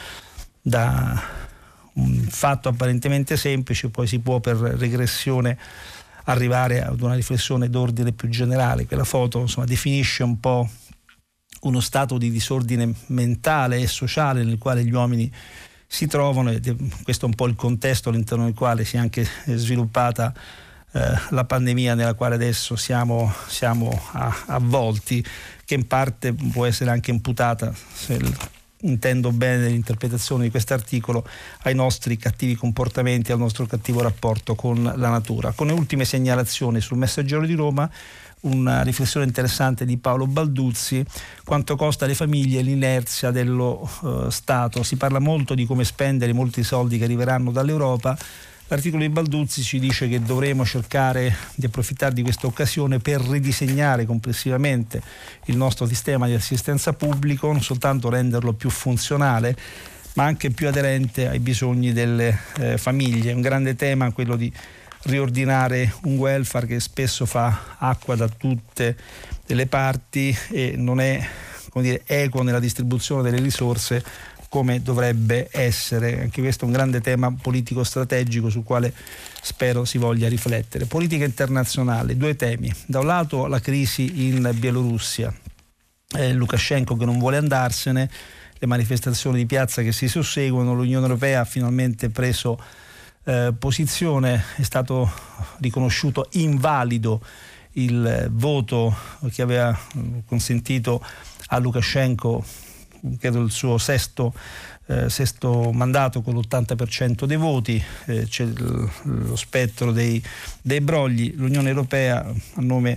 da un fatto apparentemente semplice poi si può per regressione arrivare ad una riflessione d'ordine più generale, che la foto insomma definisce un po' uno stato di disordine mentale e sociale nel quale gli uomini si trovano, e questo è un po' il contesto all'interno del quale si è anche sviluppata eh, la pandemia nella quale adesso siamo, siamo a, avvolti, che in parte può essere anche imputata, se intendo bene l'interpretazione di quest'articolo, ai nostri cattivi comportamenti, al nostro cattivo rapporto con la natura. Con le ultime segnalazioni sul Messaggero di Roma, una riflessione interessante di Paolo Balduzzi: quanto costa alle famiglie l'inerzia dello uh, Stato. Si parla molto di come spendere molti soldi che arriveranno dall'Europa. L'articolo di Balduzzi ci dice che dovremo cercare di approfittare di questa occasione per ridisegnare complessivamente il nostro sistema di assistenza pubblico, non soltanto renderlo più funzionale, ma anche più aderente ai bisogni delle eh, famiglie. Un grande tema quello di riordinare un welfare che spesso fa acqua da tutte le parti e non è, come dire, equo nella distribuzione delle risorse come dovrebbe essere. Anche questo è un grande tema politico strategico sul quale spero si voglia riflettere. Politica internazionale, due temi: da un lato la crisi in Bielorussia, eh, Lukashenko che non vuole andarsene, le manifestazioni di piazza che si susseguono, l'Unione Europea ha finalmente preso Eh, posizione, è stato riconosciuto invalido il voto che aveva consentito a Lukashenko, credo il suo sesto, eh, sesto mandato con l'ottanta per cento dei voti. Eh, c'è l- lo spettro dei, dei brogli. L'Unione Europea, a nome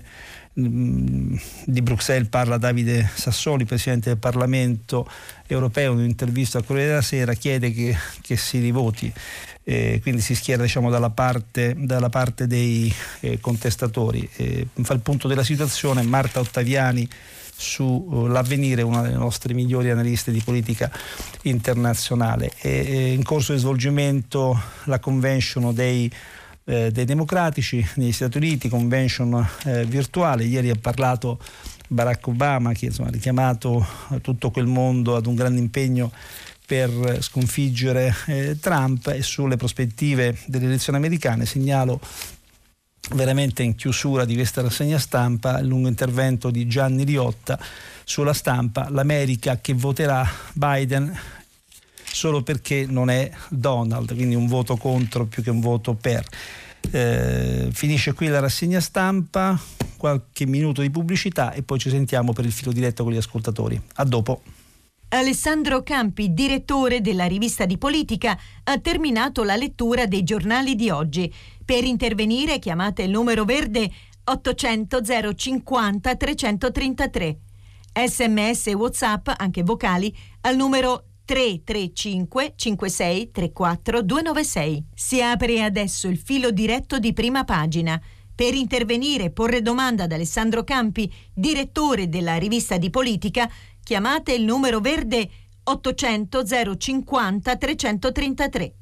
mh, di Bruxelles, parla Davide Sassoli, Presidente del Parlamento Europeo, in un'intervista al Corriere della Sera chiede che, che si rivoti. Eh, quindi si schiera, diciamo, dalla parte, dalla parte dei eh, contestatori. Eh, fa il punto della situazione Marta Ottaviani su uh, l'Avvenire, una delle nostre migliori analiste di politica internazionale. È, è in corso di svolgimento la convention dei, eh, dei democratici negli Stati Uniti, convention eh, virtuale. Ieri ha parlato Barack Obama, che insomma, ha richiamato tutto quel mondo ad un grande impegno per sconfiggere eh, Trump. E sulle prospettive delle elezioni americane segnalo veramente in chiusura di questa rassegna stampa il lungo intervento di Gianni Riotta sulla Stampa: l'America che voterà Biden solo perché non è Donald, quindi un voto contro più che un voto per. Eh, finisce qui la rassegna stampa, qualche minuto di pubblicità e poi ci sentiamo per il filo diretto con gli ascoltatori. A dopo. Alessandro Campi, direttore della rivista di politica, ha terminato la lettura dei giornali di oggi. Per intervenire chiamate il numero verde ottocento zero cinquanta trecentotrentatré. Sms e WhatsApp, anche vocali, al numero tre tre cinque cinque sei tre quattro due nove sei. Si apre adesso il filo diretto di Prima Pagina. Per intervenire e porre domanda ad Alessandro Campi, direttore della rivista di politica, chiamate il numero verde ottocento zero cinquanta trecentotrentatré.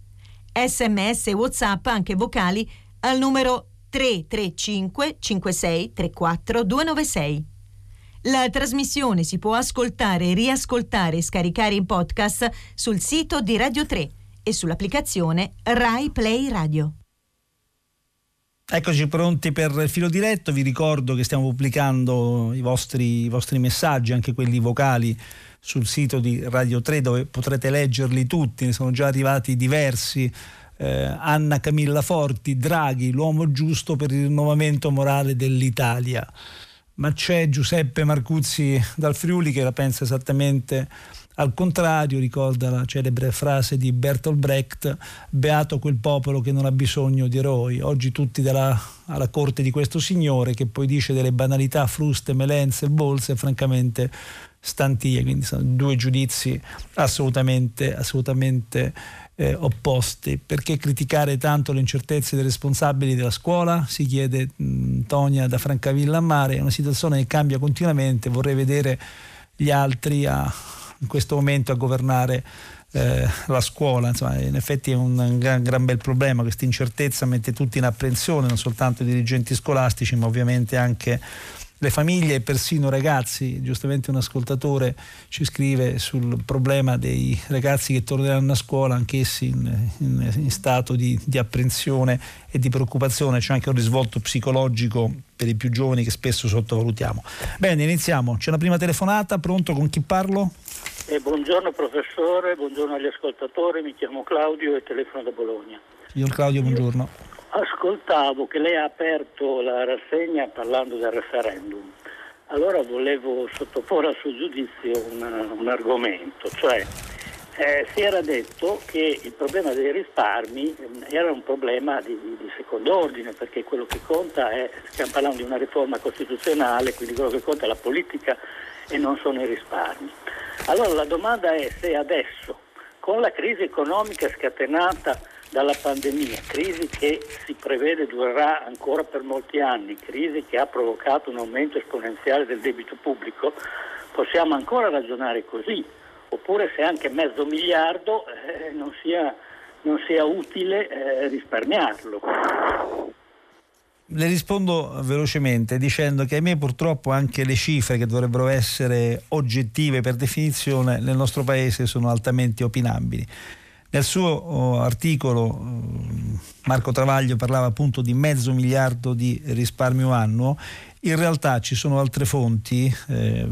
Sms e WhatsApp, anche vocali, al numero tre tre cinque cinque sei tre quattro due nove sei. La trasmissione si può ascoltare, riascoltare e scaricare in podcast sul sito di Radio tre e sull'applicazione Rai Play Radio. Eccoci pronti per il filo diretto. Vi ricordo che stiamo pubblicando i vostri, i vostri messaggi, anche quelli vocali, sul sito di Radio tre, dove potrete leggerli tutti. Ne sono già arrivati diversi. Eh, Anna Camilla Forti: Draghi, l'uomo giusto per il rinnovamento morale dell'Italia. Ma c'è Giuseppe Marcuzzi dal Friuli che la pensa esattamente al contrario, ricorda la celebre frase di Bertolt Brecht: beato quel popolo che non ha bisogno di eroi. Oggi tutti dalla, alla corte di questo signore, che poi dice delle banalità, fruste, melenze, bolse, francamente stantie. Quindi sono due giudizi assolutamente, assolutamente eh, opposti. Perché criticare tanto le incertezze dei responsabili della scuola? Si chiede mh, Tonia da Francavilla a Mare. È una situazione che cambia continuamente. Vorrei vedere gli altri a in questo momento a governare eh, la scuola. Insomma, in effetti è un gran, gran bel problema. Questa incertezza mette tutti in apprensione, non soltanto i dirigenti scolastici, ma ovviamente anche le famiglie e persino ragazzi. Giustamente un ascoltatore ci scrive sul problema dei ragazzi che torneranno a scuola, anch'essi in, in, in stato di, di apprensione e di preoccupazione. C'è anche un risvolto psicologico per i più giovani che spesso sottovalutiamo. Bene, iniziamo. C'è una prima telefonata. Pronto? Con chi parlo? Eh, buongiorno professore, buongiorno agli ascoltatori, mi chiamo Claudio e telefono da Bologna. Signor Claudio, buongiorno. Io ascoltavo che lei ha aperto la rassegna parlando del referendum. Allora volevo sottoporre al suo giudizio una, un argomento, cioè eh, si era detto che il problema dei risparmi era un problema di, di secondo ordine, perché quello che conta è, stiamo parlando di una riforma costituzionale, quindi quello che conta è la politica e non sono i risparmi. Allora la domanda è se adesso, con la crisi economica scatenata dalla pandemia, crisi che si prevede durerà ancora per molti anni, crisi che ha provocato un aumento esponenziale del debito pubblico, possiamo ancora ragionare così, oppure se anche mezzo miliardo eh, non sia, non sia utile eh, risparmiarlo. Le rispondo velocemente dicendo che a me purtroppo anche le cifre che dovrebbero essere oggettive per definizione nel nostro paese sono altamente opinabili. Nel suo oh, articolo oh, Marco Travaglio parlava appunto di mezzo miliardo di risparmio annuo. In realtà ci sono altre fonti, eh,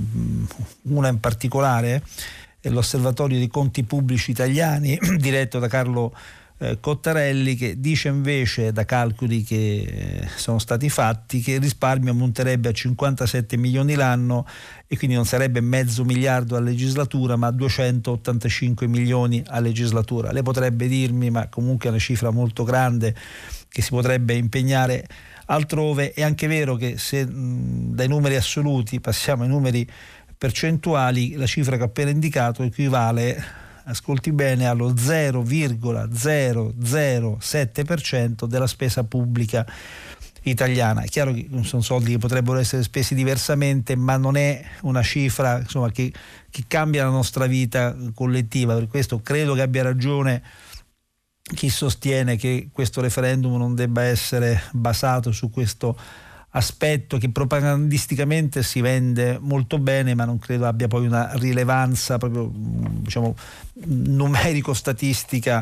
una in particolare è l'Osservatorio dei Conti Pubblici Italiani diretto da Carlo Cottarelli, che dice invece, da calcoli che sono stati fatti, che il risparmio ammonterebbe a cinquantasette milioni l'anno e quindi non sarebbe mezzo miliardo a legislatura ma duecentottantacinque milioni a legislatura. Lei potrebbe dirmi ma comunque è una cifra molto grande che si potrebbe impegnare altrove. È anche vero che se mh, dai numeri assoluti passiamo ai numeri percentuali, la cifra che ho appena indicato equivale, ascolti bene, allo zero virgola zero zero sette per cento della spesa pubblica italiana. È chiaro che sono soldi che potrebbero essere spesi diversamente, ma non è una cifra insomma, che, che cambia la nostra vita collettiva. Per questo credo che abbia ragione chi sostiene che questo referendum non debba essere basato su questo aspetto che propagandisticamente si vende molto bene, ma non credo abbia poi una rilevanza proprio diciamo numerico-statistica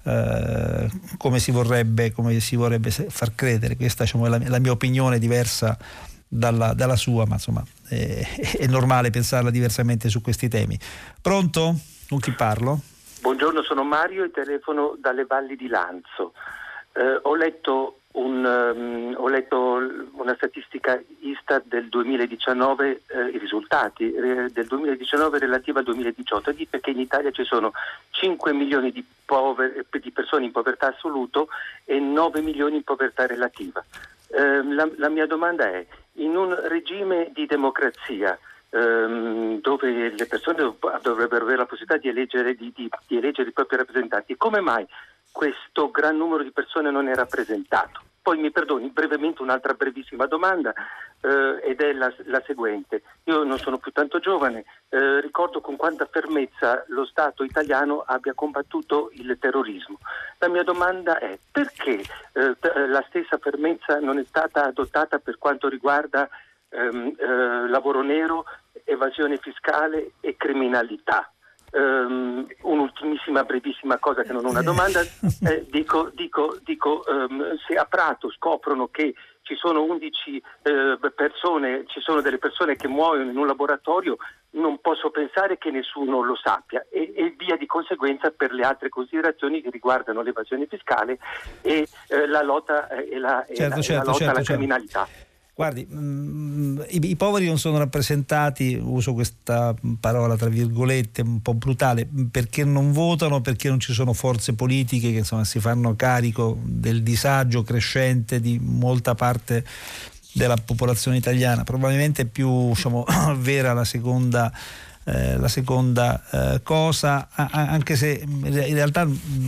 eh, come si vorrebbe come si vorrebbe far credere. Questa diciamo, è la, la mia opinione, diversa dalla, dalla sua, ma insomma è, è normale pensarla diversamente su questi temi. Pronto? Con chi parlo? Buongiorno, sono Mario e telefono dalle Valli di Lanzo. Eh, ho letto Un, um, ho letto una statistica Istat del duemiladiciannove, eh, i risultati eh, del duemiladiciannove relativa al duemiladiciotto, di perché in Italia ci sono cinque milioni di, pover- di persone in povertà assoluto e nove milioni in povertà relativa. Eh, la, la mia domanda è: in un regime di democrazia ehm, dove le persone dovrebbero avere la possibilità di eleggere, di, di, di eleggere i propri rappresentanti, come mai questo gran numero di persone non è rappresentato? Poi mi perdoni brevemente un'altra brevissima domanda eh, ed è la, la seguente. Io non sono più tanto giovane, eh, ricordo con quanta fermezza lo Stato italiano abbia combattuto il terrorismo. La mia domanda è: perché eh, la stessa fermezza non è stata adottata per quanto riguarda ehm, eh, lavoro nero, evasione fiscale e criminalità? Um, un'ultimissima brevissima cosa che non è una domanda, eh, dico, dico, dico um, se a Prato scoprono che ci sono undici eh, persone, ci sono delle persone che muoiono in un laboratorio, non posso pensare che nessuno lo sappia e, e via di conseguenza per le altre considerazioni che riguardano l'evasione fiscale e eh, la lotta, eh, e la, certo, e la, certo, e la lotta certo, alla certo. criminalità. Guardi, mh, i, i poveri non sono rappresentati, uso questa parola tra virgolette un po' brutale, perché non votano, perché non ci sono forze politiche che insomma si fanno carico del disagio crescente di molta parte della popolazione italiana. Probabilmente è più, diciamo, vera la seconda Eh, la seconda eh, cosa, a, a, anche se in realtà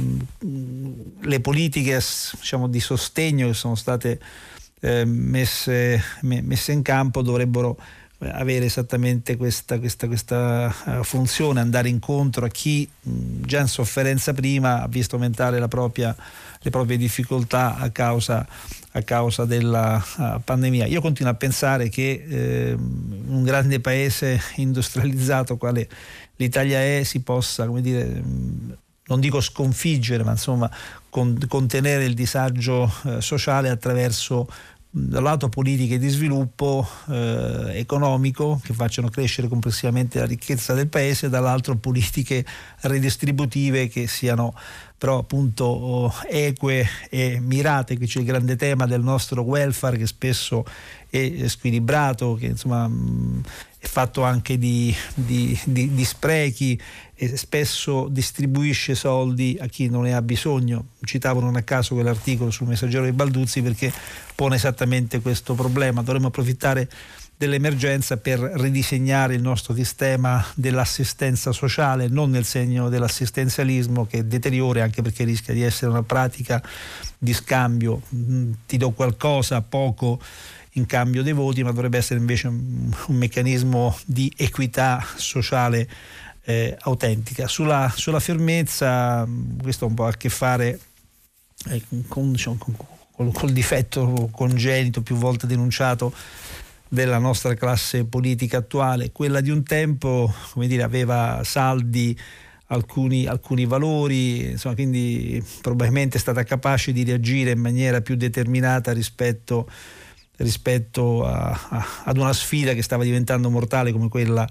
mh, le politiche, diciamo, di sostegno che sono state eh, messe, me, messe in campo dovrebbero avere esattamente questa, questa, questa uh, funzione, andare incontro a chi mh, già in sofferenza prima ha visto aumentare la propria, le proprie difficoltà a causa, a causa della uh, pandemia. Io continuo a pensare che eh, in un grande paese industrializzato quale l'Italia è si possa, come dire, mh, non dico sconfiggere, ma insomma con, contenere il disagio eh, sociale attraverso dal lato politiche di sviluppo eh, economico che facciano crescere complessivamente la ricchezza del paese, dall'altro politiche redistributive che siano però appunto oh, eque e mirate, che c'è il grande tema del nostro welfare che spesso è squilibrato, che insomma mh, è fatto anche di, di, di, di sprechi e spesso distribuisce soldi a chi non ne ha bisogno. Citavo non a caso quell'articolo sul Messaggero di Balduzzi perché pone esattamente questo problema. Dovremmo approfittare dell'emergenza per ridisegnare il nostro sistema dell'assistenza sociale, non nel segno dell'assistenzialismo che è deteriore, anche perché rischia di essere una pratica di scambio, ti do qualcosa, poco in cambio dei voti, ma dovrebbe essere invece un, un meccanismo di equità sociale eh, autentica. Sulla, sulla fermezza, questo ha un po' a che fare eh, con, diciamo, con, col, col difetto congenito più volte denunciato della nostra classe politica attuale. Quella di un tempo, come dire, aveva saldi alcuni, alcuni valori, insomma, quindi probabilmente è stata capace di reagire in maniera più determinata rispetto rispetto a, a, ad una sfida che stava diventando mortale come quella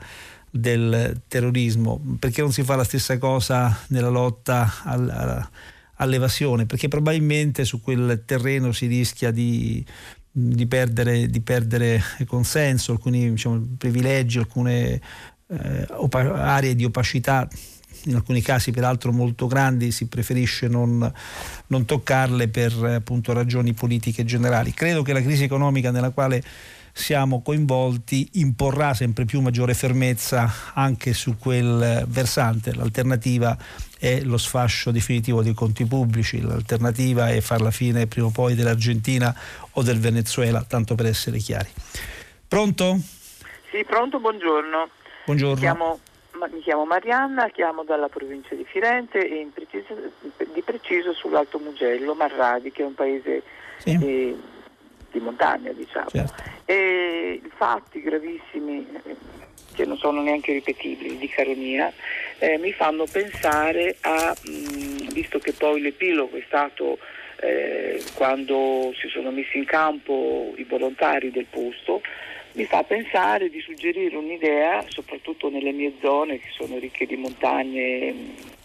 del terrorismo. Perché non si fa la stessa cosa nella lotta al, a, all'evasione? Perché probabilmente su quel terreno si rischia di, di, perdere, di perdere consenso, alcuni, diciamo, privilegi, alcune eh, opa- aree di opacità, in alcuni casi peraltro molto grandi, si preferisce non, non toccarle per appunto ragioni politiche generali. Credo che la crisi economica nella quale siamo coinvolti imporrà sempre più maggiore fermezza anche su quel versante. L'alternativa è lo sfascio definitivo dei conti pubblici, l'alternativa è far la fine prima o poi dell'Argentina o del Venezuela, tanto per essere chiari. Pronto? Sì, pronto, buongiorno. Buongiorno. Mi chiamo Mi chiamo Marianna, chiamo dalla provincia di Firenze e in preciso, di preciso sull'Alto Mugello, Marradi, che è un paese sì. di, di montagna, diciamo. Certo. E i fatti gravissimi, che non sono neanche ripetibili, di Caronia, eh, mi fanno pensare a, mh, visto che poi l'epilogo è stato eh, quando si sono messi in campo i volontari del posto, mi fa pensare di suggerire un'idea, soprattutto nelle mie zone che sono ricche di montagne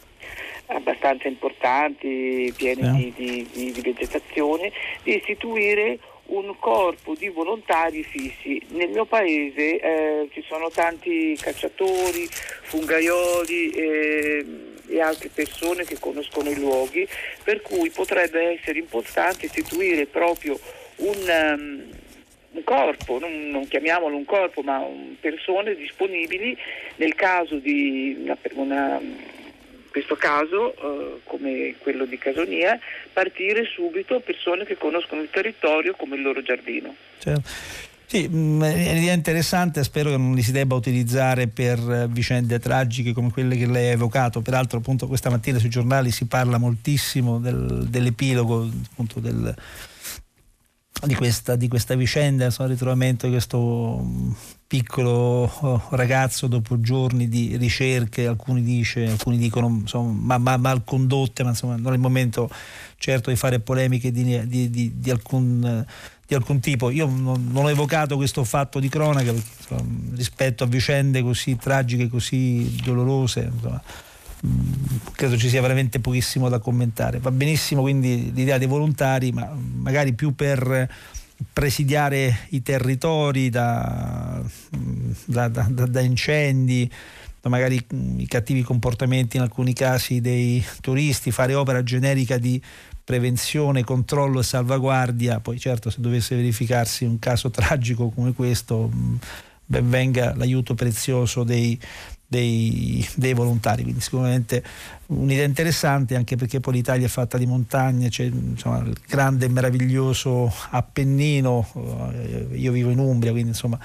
abbastanza importanti, piene yeah. di, di, di, di vegetazione, di istituire un corpo di volontari fissi. Nel mio paese eh, ci sono tanti cacciatori, fungaioli eh, e altre persone che conoscono i luoghi, per cui potrebbe essere importante istituire proprio un... Um, un corpo, non, non chiamiamolo un corpo, ma un, persone disponibili nel caso di una, una questo caso eh, come quello di Casonia, partire subito persone che conoscono il territorio come il loro giardino. Certo. Sì, mh, è interessante, spero che non li si debba utilizzare per vicende tragiche come quelle che lei ha evocato. Peraltro appunto questa mattina sui giornali si parla moltissimo del, dell'epilogo, appunto del di questa, di questa vicenda, insomma, il ritrovamento di questo piccolo ragazzo dopo giorni di ricerche, alcuni dice, alcuni dicono insomma, ma, ma, mal condotte, ma insomma non è il momento certo di fare polemiche di, di, di, di, alcun, di alcun tipo. Io non, non ho evocato questo fatto di cronaca perché, insomma, rispetto a vicende così tragiche, così dolorose, insomma, credo ci sia veramente pochissimo da commentare. Va benissimo quindi l'idea dei volontari, ma magari più per presidiare i territori da, da, da, da incendi, da magari i cattivi comportamenti in alcuni casi dei turisti, fare opera generica di prevenzione, controllo e salvaguardia. Poi certo, se dovesse verificarsi un caso tragico come questo, ben venga l'aiuto prezioso dei Dei, dei volontari, quindi sicuramente un'idea interessante, anche perché poi l'Italia è fatta di montagne, c'è insomma il grande e meraviglioso Appennino, io vivo in Umbria, quindi insomma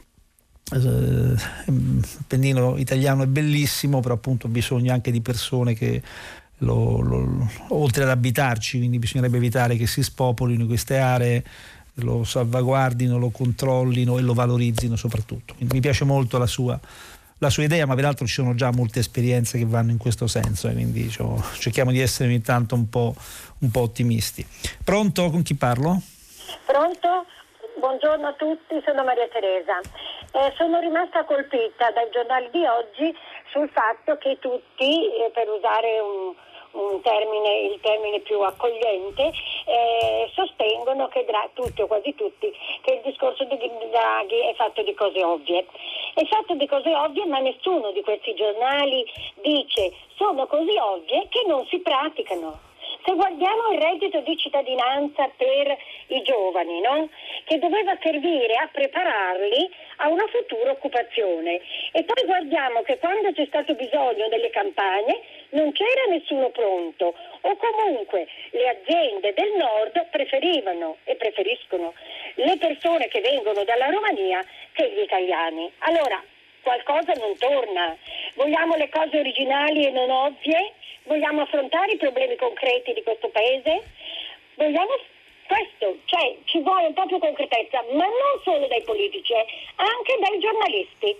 l'Appennino italiano è bellissimo, però appunto ha bisogno anche di persone che lo, lo, oltre ad abitarci, quindi bisognerebbe evitare che si spopolino queste aree, lo salvaguardino, lo controllino e lo valorizzino soprattutto. Quindi mi piace molto la sua la sua idea, ma peraltro ci sono già molte esperienze che vanno in questo senso, eh, quindi diciamo, cerchiamo di essere ogni tanto un po', un po' ottimisti. Pronto? Con chi parlo? Pronto? Buongiorno a tutti, sono Maria Teresa. Eh, sono rimasta colpita dai giornali di oggi sul fatto che tutti, eh, per usare un un termine, il termine più accogliente, eh, sostengono che dra- tutti o quasi tutti che il discorso di Draghi è fatto di cose ovvie. È fatto di cose ovvie, ma nessuno di questi giornali dice sono così ovvie che non si praticano. Se guardiamo il reddito di cittadinanza per i giovani, no? Che doveva servire a prepararli a una futura occupazione, e poi guardiamo che quando c'è stato bisogno delle campagne non c'era nessuno pronto, o comunque le aziende del nord preferivano e preferiscono le persone che vengono dalla Romania che gli italiani. Allora qualcosa non torna. Vogliamo le cose originali e non ovvie? Vogliamo affrontare i problemi concreti di questo paese? Vogliamo questo, cioè ci vuole un po' più concretezza, ma non solo dai politici, eh, anche dai giornalisti.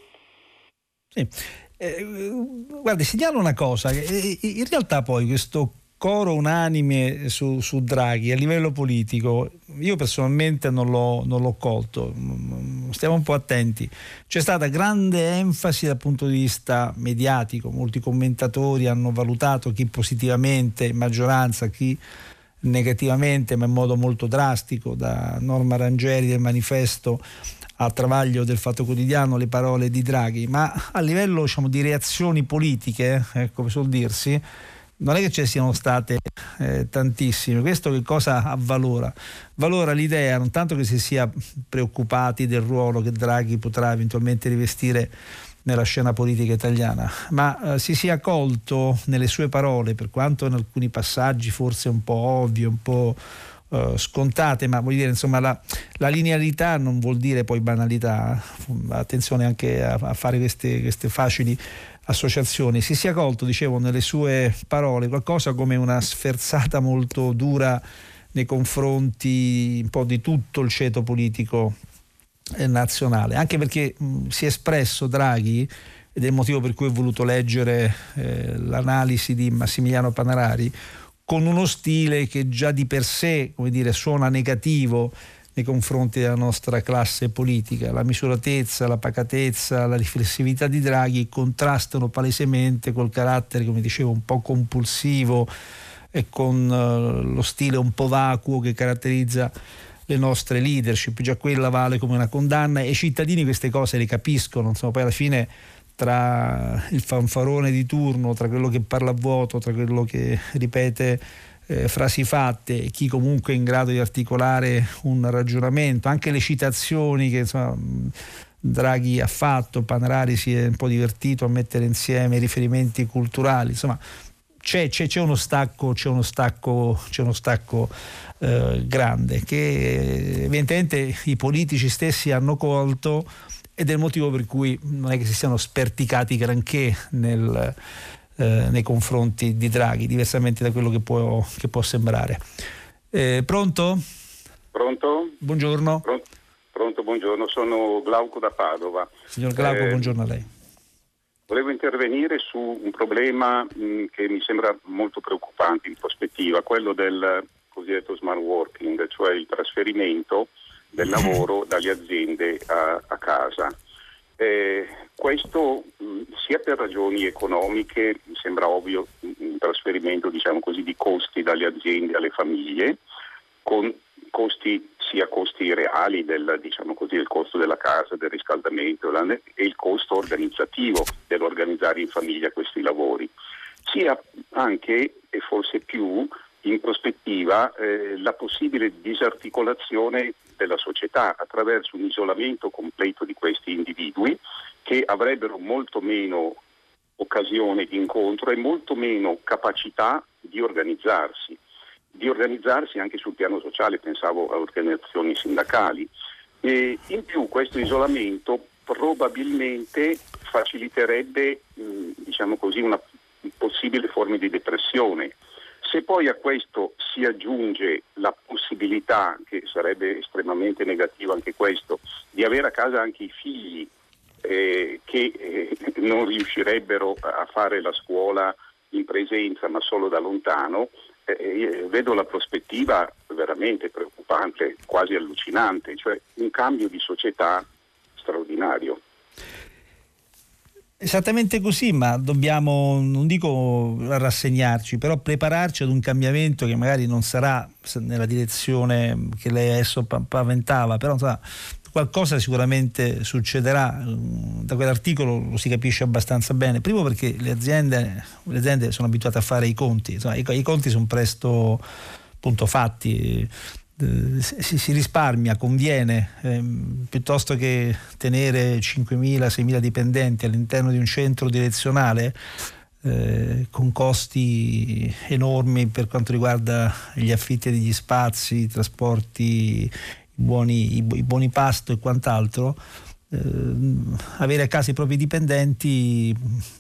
Sì. Eh, guardi, segnalo una cosa, eh, in realtà poi questo coro unanime su, su Draghi a livello politico io personalmente non l'ho, non l'ho colto, stiamo un po' attenti. C'è stata grande enfasi dal punto di vista mediatico, molti commentatori hanno valutato chi positivamente in maggioranza, chi negativamente, ma in modo molto drastico, da Norma Rangeri del Manifesto a Travaglio del Fatto Quotidiano, le parole di Draghi, ma a livello diciamo di reazioni politiche, eh, come suol dirsi, non è che ci siano state eh, tantissime. Questo che cosa avvalora? Valora l'idea non tanto che si sia preoccupati del ruolo che Draghi potrà eventualmente rivestire nella scena politica italiana, ma eh, si sia colto nelle sue parole, per quanto in alcuni passaggi forse un po' ovvie, un po' eh, scontate, ma vuol dire insomma la, la linearità non vuol dire poi banalità. Attenzione anche a, a fare queste, queste facili associazioni. Si sia colto, dicevo, nelle sue parole qualcosa come una sferzata molto dura nei confronti un po' di tutto il ceto politico eh, nazionale, anche perché mh, si è espresso Draghi, ed è il motivo per cui ho voluto leggere eh, l'analisi di Massimiliano Panarari, con uno stile che già di per sé, come dire, suona negativo nei confronti della nostra classe politica. La misuratezza, la pacatezza, la riflessività di Draghi contrastano palesemente col carattere, come dicevo, un po' compulsivo e con uh, lo stile un po' vacuo che caratterizza le nostre leadership. Già quella vale come una condanna e i cittadini queste cose le capiscono, insomma, poi alla fine tra il fanfarone di turno, tra quello che parla a vuoto, tra quello che ripete Eh, frasi fatte e chi comunque è in grado di articolare un ragionamento, anche le citazioni che insomma, Draghi ha fatto, Panarari si è un po' divertito a mettere insieme i riferimenti culturali, insomma c'è, c'è, c'è uno stacco, c'è uno stacco, c'è uno stacco eh, grande che evidentemente i politici stessi hanno colto, ed è il motivo per cui non è che si siano sperticati granché nel Eh, nei confronti di Draghi, diversamente da quello che può, che può sembrare. Eh, pronto? Pronto? Buongiorno. Pronto, pronto buongiorno, sono Glauco da Padova. Signor Glauco, eh, buongiorno a lei. Volevo intervenire su un problema mh, che mi sembra molto preoccupante in prospettiva, quello del cosiddetto smart working, cioè il trasferimento del lavoro dalle aziende a, a casa. Eh, questo mh, sia per ragioni economiche, mi sembra ovvio, un trasferimento, diciamo così, di costi dalle aziende alle famiglie, con costi sia costi reali del, diciamo così, il costo della casa, del riscaldamento e il costo organizzativo dell'organizzare in famiglia questi lavori, sia anche e forse più in prospettiva eh, la possibile disarticolazione della società attraverso un isolamento completo di questi individui che avrebbero molto meno occasione di incontro e molto meno capacità di organizzarsi, di organizzarsi anche sul piano sociale, pensavo a organizzazioni sindacali. E in più questo isolamento probabilmente faciliterebbe mh, diciamo così una possibile forma di depressione. Se poi a questo si aggiunge la possibilità, che sarebbe estremamente negativo anche questo, di avere a casa anche i figli eh, che eh, non riuscirebbero a fare la scuola in presenza ma solo da lontano, eh, vedo la prospettiva veramente preoccupante, quasi allucinante, cioè un cambio di società straordinario. Esattamente così, ma dobbiamo, non dico rassegnarci, però prepararci ad un cambiamento che magari non sarà nella direzione che lei adesso paventava, però insomma, qualcosa sicuramente succederà. Da quell'articolo lo si capisce abbastanza bene, primo perché le aziende, le aziende sono abituate a fare i conti, insomma, i, i conti sono presto appunto fatti. Si, si risparmia, conviene, ehm, piuttosto che tenere cinquemila seimila dipendenti all'interno di un centro direzionale eh, con costi enormi per quanto riguarda gli affitti degli spazi, i trasporti, i buoni, i, i buoni pasto e quant'altro. Eh, avere a casa i propri dipendenti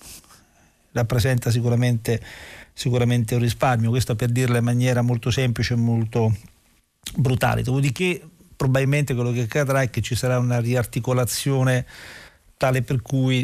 rappresenta sicuramente, sicuramente un risparmio, questo per dirla in maniera molto semplice e molto brutale. Dopodiché probabilmente quello che accadrà è che ci sarà una riarticolazione tale per cui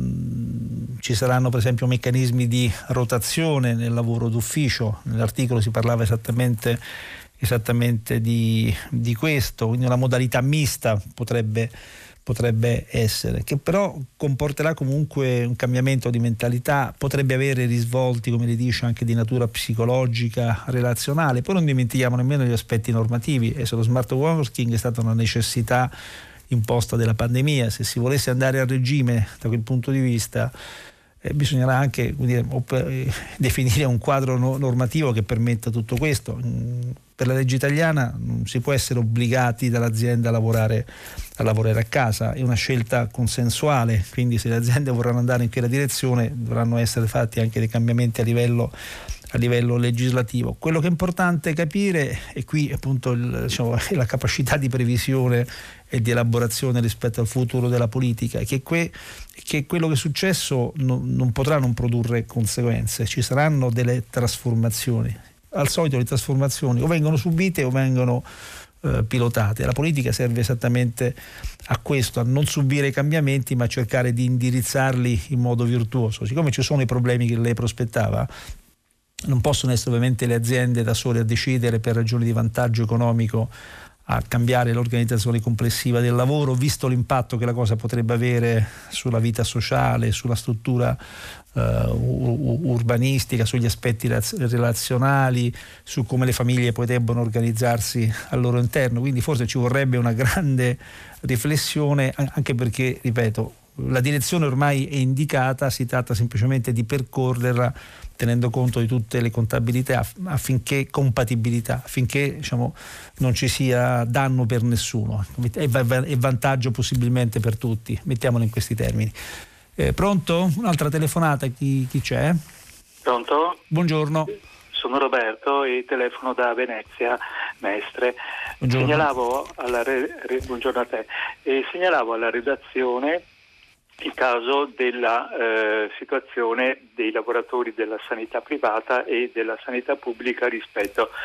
mh, ci saranno per esempio meccanismi di rotazione nel lavoro d'ufficio. Nell'articolo si parlava esattamente, esattamente di, di questo, quindi una modalità mista potrebbe potrebbe essere, che però comporterà comunque un cambiamento di mentalità, potrebbe avere risvolti, come le dice, anche di natura psicologica, relazionale. Poi non dimentichiamo nemmeno gli aspetti normativi, e se lo smart working è stata una necessità imposta della pandemia, se si volesse andare a regime da quel punto di vista eh, bisognerà anche dire, op- definire un quadro no- normativo che permetta tutto questo. Per la legge italiana non si può essere obbligati dall'azienda a lavorare, a lavorare a casa, è una scelta consensuale, quindi se le aziende vorranno andare in quella direzione dovranno essere fatti anche dei cambiamenti a livello, a livello legislativo. Quello che è importante capire, e qui appunto il, diciamo, la capacità di previsione e di elaborazione rispetto al futuro della politica, è che, que, che quello che è successo no, non potrà non produrre conseguenze, ci saranno delle trasformazioni. Al solito le trasformazioni o vengono subite o vengono eh, pilotate. La politica serve esattamente a questo, a non subire i cambiamenti ma a cercare di indirizzarli in modo virtuoso. Siccome ci sono i problemi che lei prospettava, non possono essere ovviamente le aziende da sole a decidere per ragioni di vantaggio economico a cambiare l'organizzazione complessiva del lavoro, visto l'impatto che la cosa potrebbe avere sulla vita sociale, sulla struttura uh, urbanistica, sugli aspetti relazionali, su come le famiglie poi debbono organizzarsi al loro interno. Quindi forse ci vorrebbe una grande riflessione, anche perché, ripeto, la direzione ormai è indicata, si tratta semplicemente di percorrerla tenendo conto di tutte le contabilità affinché compatibilità, affinché diciamo, non ci sia danno per nessuno e vantaggio possibilmente per tutti, mettiamolo in questi termini. Eh, pronto? Un'altra telefonata, chi, chi c'è? Pronto? Buongiorno. Sono Roberto e telefono da Venezia, Mestre. Buongiorno. Segnalavo alla re, re, buongiorno a te. E segnalavo alla redazione il caso della eh, situazione dei lavoratori della sanità privata e della sanità pubblica rispetto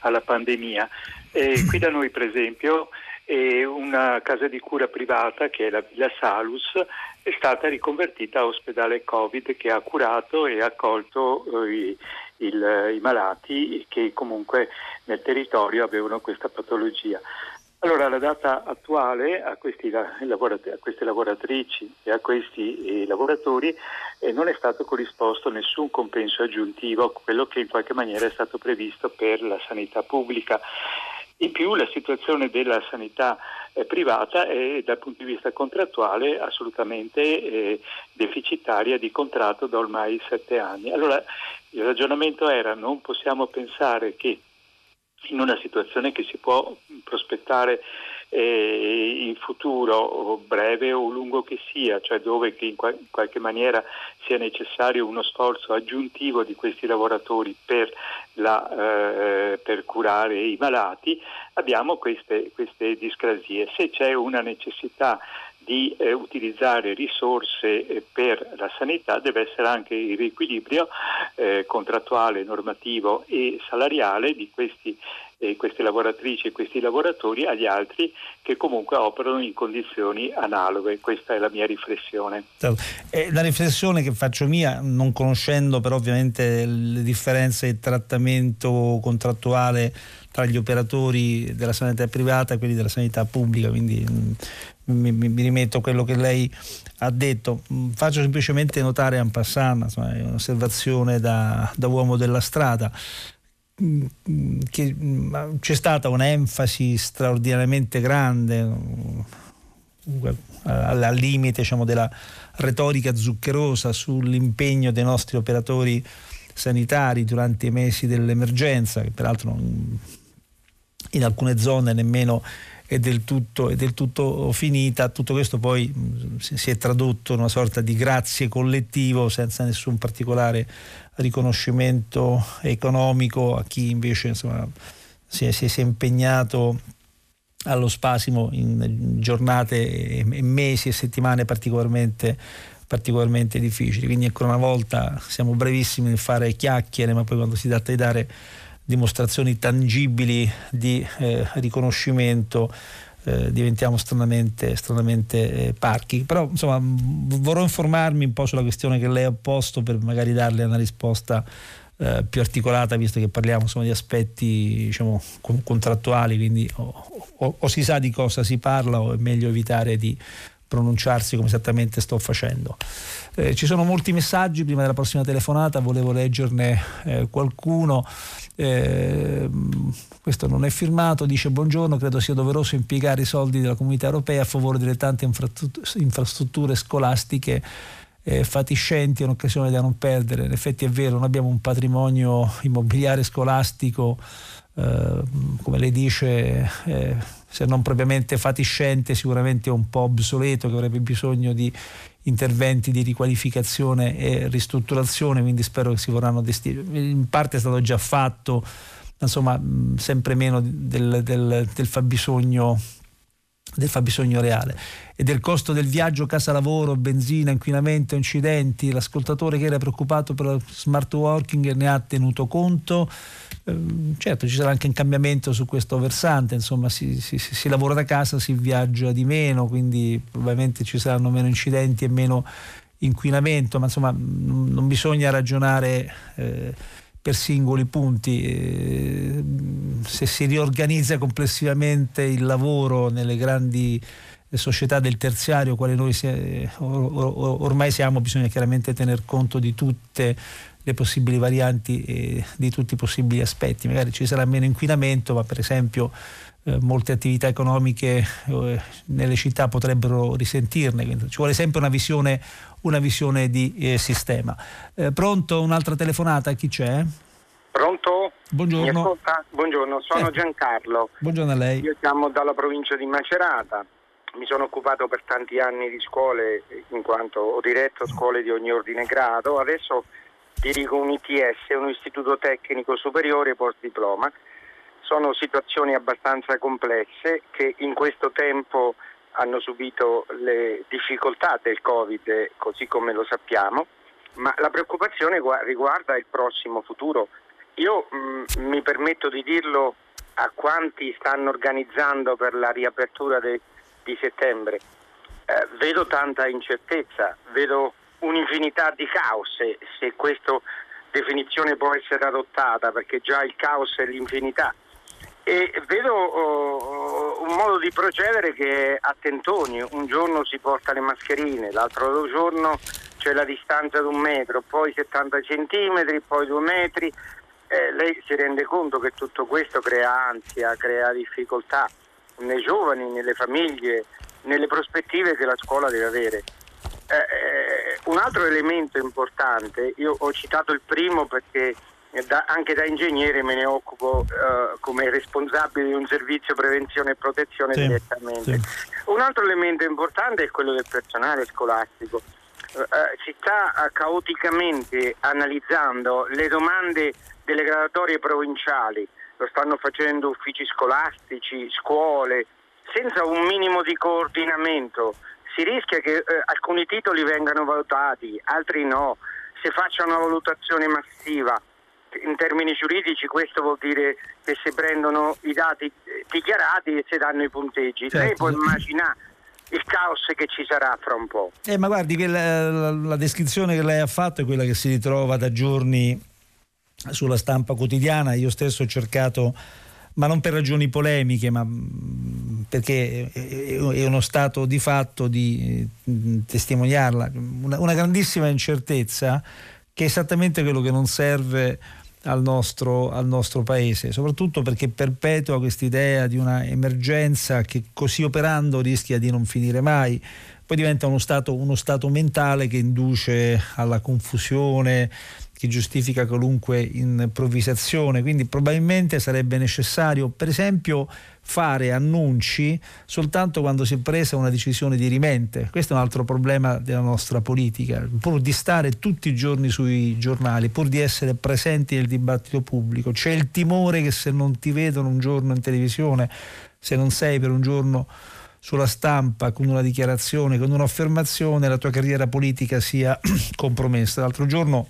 alla pandemia. E qui da noi, per esempio, è una casa di cura privata, che è la Villa Salus, è stata riconvertita a ospedale Covid, che ha curato e accolto eh, i, il, i malati che comunque nel territorio avevano questa patologia. Allora, la data attuale a, questi, a queste lavoratrici e a questi eh, lavoratori eh, non è stato corrisposto nessun compenso aggiuntivo, quello che in qualche maniera è stato previsto per la sanità pubblica. In più, la situazione della sanità eh, privata è dal punto di vista contrattuale assolutamente eh, deficitaria di contratto da ormai sette anni. Allora, il ragionamento era: non possiamo pensare che in una situazione che si può prospettare eh, in futuro, o breve o lungo che sia, cioè dove che in, qual- in qualche maniera sia necessario uno sforzo aggiuntivo di questi lavoratori per, la, eh, per curare i malati, abbiamo queste, queste discrasie. Se c'è una necessità di eh, utilizzare risorse eh, per la sanità, deve essere anche il riequilibrio eh, contrattuale, normativo e salariale di questi, eh, queste lavoratrici e questi lavoratori agli altri che comunque operano in condizioni analoghe. Questa è la mia riflessione. Eh, la riflessione che faccio mia, non conoscendo però ovviamente le differenze di trattamento contrattuale tra gli operatori della sanità privata e quelli della sanità pubblica, quindi mh, mi, mi, mi rimetto a quello che lei ha detto. Faccio semplicemente notare en passant, insomma, è un'osservazione da, da uomo della strada, che c'è stata un'enfasi straordinariamente grande, al limite, diciamo, della retorica zuccherosa sull'impegno dei nostri operatori sanitari durante i mesi dell'emergenza, che peraltro non, in alcune zone nemmeno è del tutto, è del tutto finita. Tutto questo poi si è tradotto in una sorta di grazie collettivo senza nessun particolare riconoscimento economico a chi invece, insomma, si è, si è impegnato allo spasimo in giornate e mesi e settimane particolarmente particolarmente difficili. Quindi ancora una volta siamo brevissimi nel fare chiacchiere, ma poi quando si tratta di dare dimostrazioni tangibili di eh, riconoscimento eh, diventiamo stranamente, stranamente eh, parchi. Però insomma vorrò informarmi un po' sulla questione che lei ha posto per magari darle una risposta eh, più articolata, visto che parliamo, insomma, di aspetti, diciamo, con, contrattuali, quindi o, o, o si sa di cosa si parla o è meglio evitare di pronunciarsi come esattamente sto facendo. Eh, ci sono molti messaggi. Prima della prossima telefonata volevo leggerne eh, qualcuno. Eh, questo non è firmato, dice: buongiorno, credo sia doveroso impiegare i soldi della comunità europea a favore delle tante infrastrutture scolastiche eh, fatiscenti, è un'occasione da non perdere. In effetti è vero, non abbiamo un patrimonio immobiliare scolastico eh, come lei dice, eh, se non propriamente fatiscente, sicuramente un po' obsoleto, che avrebbe bisogno di interventi di riqualificazione e ristrutturazione, quindi spero che si vorranno destinare. In parte è stato già fatto, insomma, sempre meno del, del, del fabbisogno del fabbisogno reale. E del costo del viaggio casa-lavoro, benzina, inquinamento, incidenti, l'ascoltatore che era preoccupato per lo smart working ne ha tenuto conto. Certo, ci sarà anche un cambiamento su questo versante, insomma si, si, si lavora da casa, si viaggia di meno, quindi probabilmente ci saranno meno incidenti e meno inquinamento, ma insomma non bisogna ragionare eh, per singoli punti. Eh, se si riorganizza complessivamente il lavoro nelle grandi società del terziario, quale noi si, or, or, ormai siamo, bisogna chiaramente tener conto di tutte le possibili varianti e di tutti i possibili aspetti. Magari ci sarà meno inquinamento, ma per esempio eh, molte attività economiche eh, nelle città potrebbero risentirne, quindi ci vuole sempre una visione, una visione di eh, sistema. Eh, pronto? Un'altra telefonata, chi c'è? Pronto? Buongiorno. Mi ascolta? Buongiorno, sono certo. Giancarlo. Buongiorno a lei. Io chiamo dalla provincia di Macerata. Mi sono occupato per tanti anni di scuole, in quanto ho diretto scuole di ogni ordine e grado. Adesso dirigo un I T S, un istituto tecnico superiore post diploma. Sono situazioni abbastanza complesse che in questo tempo hanno subito le difficoltà del Covid, così come lo sappiamo, ma la preoccupazione riguarda il prossimo futuro. Io mh, mi permetto di dirlo a quanti stanno organizzando per la riapertura de, di settembre, eh, vedo tanta incertezza, vedo un'infinità di caos, se, se questa definizione può essere adottata, perché già il caos è l'infinità. E vedo oh, un modo di procedere che è a tentoni. Un giorno si porta le mascherine, l'altro giorno c'è la distanza di un metro, poi settanta centimetri, poi due metri. Eh, lei si rende conto che tutto questo crea ansia, crea difficoltà nei giovani, nelle famiglie, nelle prospettive che la scuola deve avere. Eh, eh, un altro elemento importante, io ho citato il primo perché Da, anche da ingegnere me ne occupo uh, come responsabile di un servizio prevenzione e protezione sì, direttamente. Sì. Un altro elemento importante è quello del personale scolastico. Uh, uh, si sta uh, caoticamente analizzando le domande delle graduatorie provinciali, lo stanno facendo uffici scolastici, scuole, senza un minimo di coordinamento. Si rischia che uh, alcuni titoli vengano valutati, altri no, si faccia una valutazione massiva. In termini giuridici questo vuol dire che si prendono i dati dichiarati e si danno i punteggi. Certo. Lei può immaginare il caos che ci sarà fra un po'. Eh, ma guardi che la, la, la descrizione che lei ha fatto è quella che si ritrova da giorni sulla stampa quotidiana. Io stesso ho cercato, ma non per ragioni polemiche, ma perché è uno stato di fatto di testimoniarla, una, una grandissima incertezza che è esattamente quello che non serve al nostro, al nostro paese, soprattutto perché perpetua quest'idea di una emergenza che così operando rischia di non finire mai. Poi diventa uno stato, uno stato mentale che induce alla confusione, che giustifica qualunque improvvisazione. Quindi probabilmente sarebbe necessario, per esempio, fare annunci soltanto quando si è presa una decisione dirimente. Questo è un altro problema della nostra politica, pur di stare tutti i giorni sui giornali, pur di essere presenti nel dibattito pubblico, c'è il timore che se non ti vedono un giorno in televisione, se non sei per un giorno sulla stampa con una dichiarazione, con un'affermazione, la tua carriera politica sia compromessa. L'altro giorno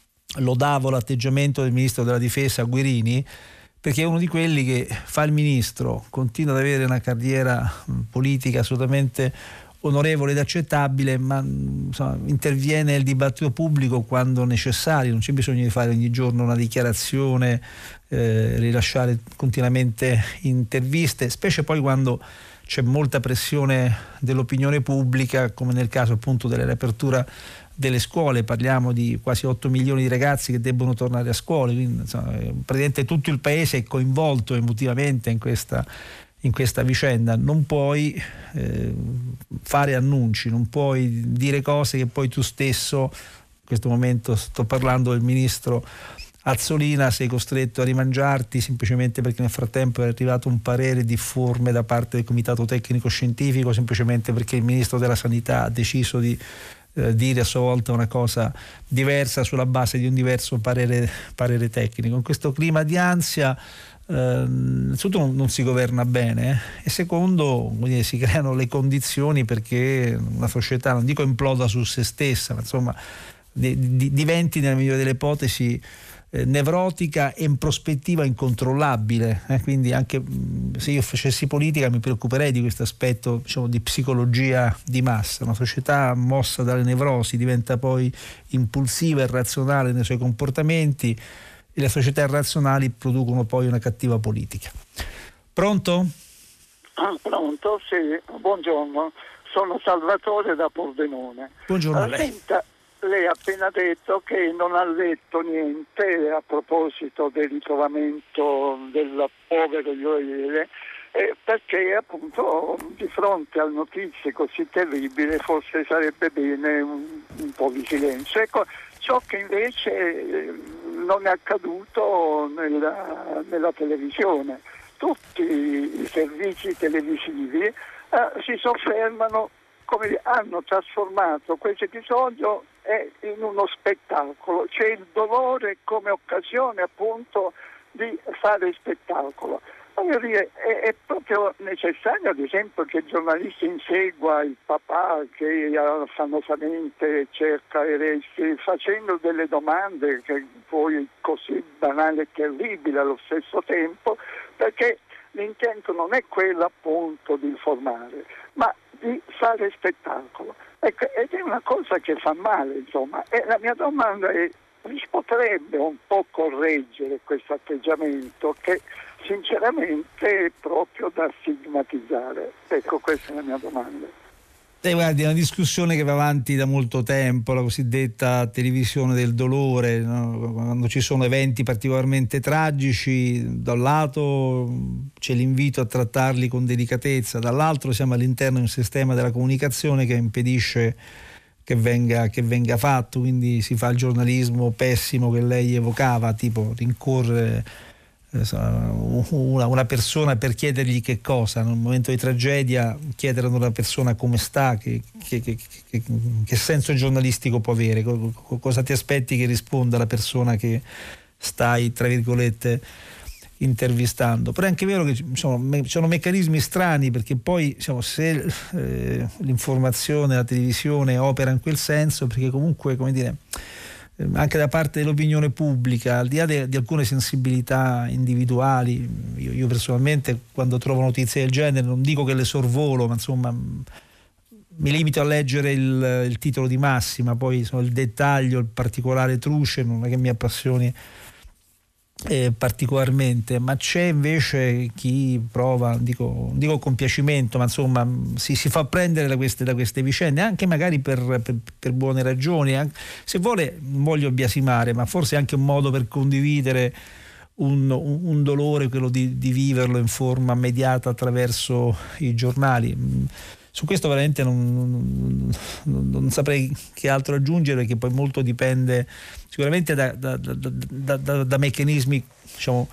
lodavo l'atteggiamento del ministro della difesa Guerini, perché è uno di quelli che fa il ministro, continua ad avere una carriera politica assolutamente onorevole ed accettabile, ma insomma, interviene nel dibattito pubblico quando necessario, non c'è bisogno di fare ogni giorno una dichiarazione, eh, rilasciare continuamente interviste, specie poi quando c'è molta pressione dell'opinione pubblica, come nel caso appunto della riapertura delle scuole. Parliamo di quasi otto milioni di ragazzi che debbono tornare a scuola, quindi insomma, praticamente tutto il paese è coinvolto emotivamente in questa, in questa vicenda. Non puoi eh, fare annunci, non puoi dire cose che poi tu stesso, in questo momento sto parlando del ministro Azzolina, sei costretto a rimangiarti semplicemente perché nel frattempo è arrivato un parere difforme da parte del Comitato Tecnico Scientifico, semplicemente perché il ministro della Sanità ha deciso di Eh, dire a sua volta una cosa diversa sulla base di un diverso parere, parere tecnico. In questo clima di ansia eh, innanzitutto non, non si governa bene eh, e secondo dire, si creano le condizioni perché una società, non dico imploda su se stessa, ma insomma di, di, diventi nella migliore delle ipotesi eh, nevrotica e in prospettiva incontrollabile, eh, quindi anche mh, se io facessi politica mi preoccuperei di questo aspetto, diciamo, di psicologia di massa. Una società mossa dalle nevrosi diventa poi impulsiva e irrazionale nei suoi comportamenti e le società irrazionali producono poi una cattiva politica. Pronto? Ah, pronto, sì, buongiorno, sono Salvatore da Pordenone. Buongiorno a lei. Senta, lei ha appena detto che non ha letto niente a proposito del ritrovamento del povero Ioele, eh, perché appunto di fronte a notizie così terribili forse sarebbe bene un, un po' di silenzio. Ecco, ciò che invece eh, non è accaduto nella, nella televisione. Tutti i servizi televisivi eh, si soffermano, come dire, hanno trasformato questo episodio in uno spettacolo, c'è il dolore come occasione appunto di fare spettacolo. Voglio dire, è, è proprio necessario ad esempio che il giornalista insegua il papà che affannosamente cerca Eressi facendo delle domande che poi così banali e terribili allo stesso tempo, perché l'intento non è quello appunto di informare, ma di fare spettacolo. Ecco, ed è una cosa che fa male, insomma. E la mia domanda è: si potrebbe un po' correggere questo atteggiamento che sinceramente è proprio da stigmatizzare? Ecco, questa è la mia domanda. Eh, guardi, è una discussione che va avanti da molto tempo, la cosiddetta televisione del dolore, no? Quando ci sono eventi particolarmente tragici, da un lato c'è l'invito a trattarli con delicatezza, dall'altro siamo all'interno di un sistema della comunicazione che impedisce che venga, che venga fatto, quindi si fa il giornalismo pessimo che lei evocava, tipo rincorrere Una, una persona per chiedergli che cosa, in un momento di tragedia chiedere ad una persona come sta, che, che, che, che, che senso giornalistico può avere, cosa ti aspetti che risponda la persona che stai tra virgolette intervistando. Però è anche vero che insomma, ci sono meccanismi strani, perché poi diciamo, se eh, l'informazione, la televisione opera in quel senso, perché comunque come dire anche da parte dell'opinione pubblica, al di là di, di alcune sensibilità individuali, io, io personalmente quando trovo notizie del genere non dico che le sorvolo, ma insomma mi limito a leggere il, il titolo di massima, poi insomma, il dettaglio, il particolare truce non è che mi appassioni eh, particolarmente, ma c'è invece chi prova, dico, dico compiacimento, ma insomma si, si fa prendere da queste, da queste vicende, anche magari per, per, per buone ragioni, anche, se vuole, non voglio biasimare, ma forse è anche un modo per condividere un, un, un dolore, quello di, di viverlo in forma mediata attraverso i giornali. Su questo veramente non, non, non saprei che altro aggiungere, perché poi molto dipende sicuramente da, da, da, da, da meccanismi diciamo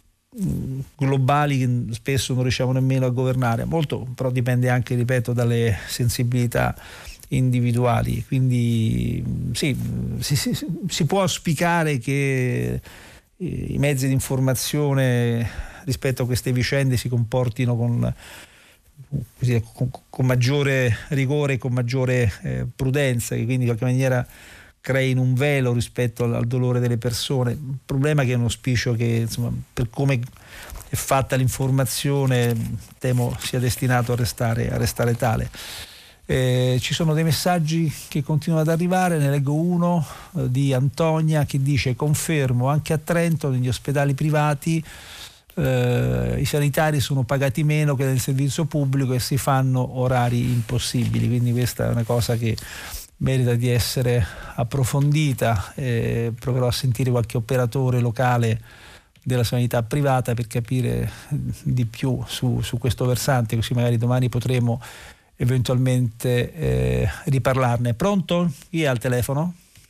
globali che spesso non riusciamo nemmeno a governare, molto però dipende anche, ripeto, dalle sensibilità individuali, quindi sì, si, si, si può auspicare che i mezzi di informazione rispetto a queste vicende si comportino con Così, con, con maggiore rigore e con maggiore eh, prudenza, che quindi in qualche maniera creino un velo rispetto al, al dolore delle persone. Il problema è che è un auspicio che insomma, per come è fatta l'informazione temo sia destinato a restare, a restare tale. Eh, ci sono dei messaggi che continuano ad arrivare, ne leggo uno eh, di Antonia che dice: confermo, anche a Trento negli ospedali privati Uh, i sanitari sono pagati meno che nel servizio pubblico e si fanno orari impossibili, quindi questa è una cosa che merita di essere approfondita. Eh, proverò a sentire qualche operatore locale della sanità privata per capire di più su, su questo versante, così magari domani potremo eventualmente eh, riparlarne. Pronto? Chi è al telefono?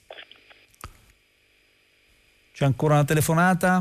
C'è ancora una telefonata?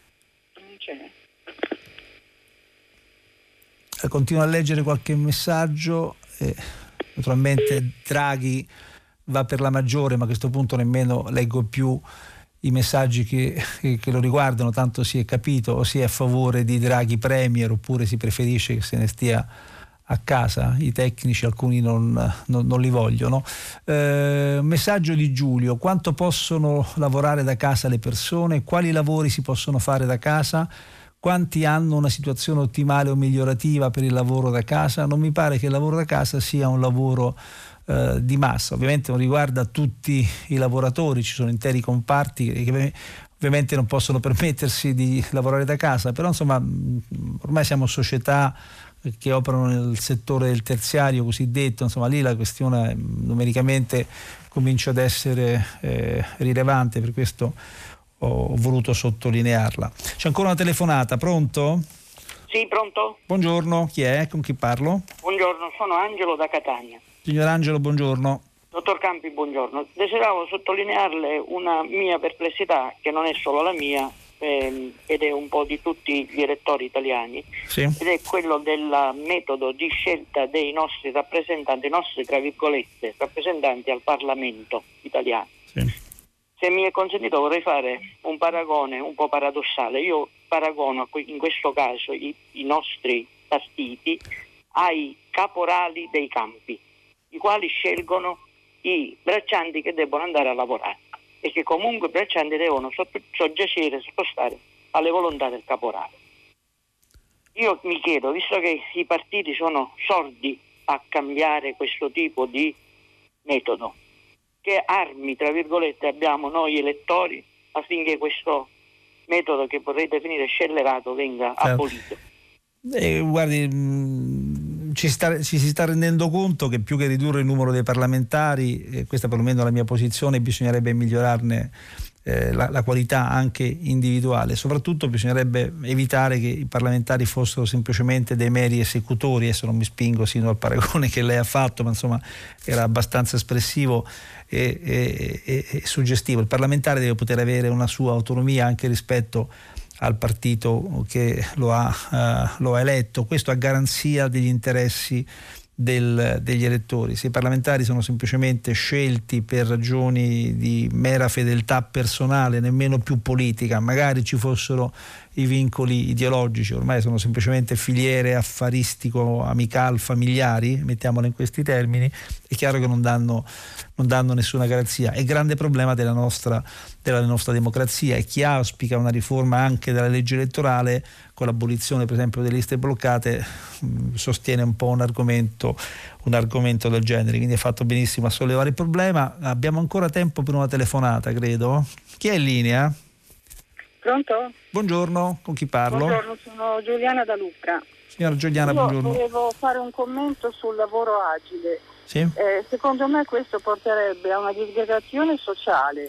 Continuo a leggere qualche messaggio, eh, naturalmente Draghi va per la maggiore, ma a questo punto nemmeno leggo più i messaggi che, che, che lo riguardano, tanto si è capito, o si è a favore di Draghi Premier oppure si preferisce che se ne stia a casa. I tecnici alcuni non, non, non li vogliono. Eh, messaggio di Giulio: quanto possono lavorare da casa le persone? Quali lavori si possono fare da casa? Quanti hanno una situazione ottimale o migliorativa per il lavoro da casa? Non mi pare che il lavoro da casa sia un lavoro eh, di massa. Ovviamente non riguarda tutti i lavoratori, ci sono interi comparti che ovviamente non possono permettersi di lavorare da casa, però insomma ormai siamo società che operano nel settore del terziario cosiddetto, insomma lì la questione numericamente comincia ad essere eh, rilevante, per questo ho voluto sottolinearla. C'è ancora una telefonata, pronto? Sì, pronto? Buongiorno, chi è? Con chi parlo? Buongiorno, sono Angelo da Catania. Signor Angelo, buongiorno. Dottor Campi, buongiorno. Desideravo sottolinearle una mia perplessità, che non è solo la mia, ehm, ed è un po' di tutti gli elettori italiani, sì. Ed è quello del metodo di scelta dei nostri rappresentanti, i nostri, tra virgolette, rappresentanti al Parlamento italiano. Sì. Se mi è consentito vorrei fare un paragone un po' paradossale. Io paragono in questo caso i, i nostri partiti ai caporali dei campi, i quali scelgono i braccianti che debbono andare a lavorare e che comunque i braccianti devono soggiacere, sottostare alle volontà del caporale. io mi chiedo, visto che i partiti sono sordi a cambiare questo tipo di metodo, che armi, tra virgolette, abbiamo noi elettori affinché questo metodo, che potrei definire scellerato, venga certo. abolito? Eh, guardi, mh, ci, sta, ci si sta rendendo conto che più che ridurre il numero dei parlamentari, eh, questa perlomeno è la mia posizione, bisognerebbe migliorarne eh, la, la qualità anche individuale. Soprattutto bisognerebbe evitare che i parlamentari fossero semplicemente dei meri esecutori. Adesso non mi spingo sino al paragone che lei ha fatto, ma insomma era abbastanza espressivo e, e, e, e suggestivo. Il parlamentare deve poter avere una sua autonomia anche rispetto al partito che lo ha, uh, lo ha eletto, questo a garanzia degli interessi del, degli elettori. Se i parlamentari sono semplicemente scelti per ragioni di mera fedeltà personale, nemmeno più politica, magari ci fossero i vincoli ideologici, ormai sono semplicemente filiere affaristico-amical familiari, mettiamolo in questi termini, è chiaro che non danno, non danno nessuna garanzia. È il grande problema della nostra, della nostra democrazia, e chi auspica una riforma anche della legge elettorale con l'abolizione per esempio delle liste bloccate mh, sostiene un po' un argomento, un argomento del genere, quindi è fatto benissimo a sollevare il problema. Abbiamo ancora tempo per una telefonata, credo. Chi è in linea? Pronto? Buongiorno, con chi parlo? Buongiorno, sono Giuliana da Lucca. Signora Giuliana, Io buongiorno. volevo fare un commento sul lavoro agile. Sì? Eh, secondo me questo porterebbe a una disgregazione sociale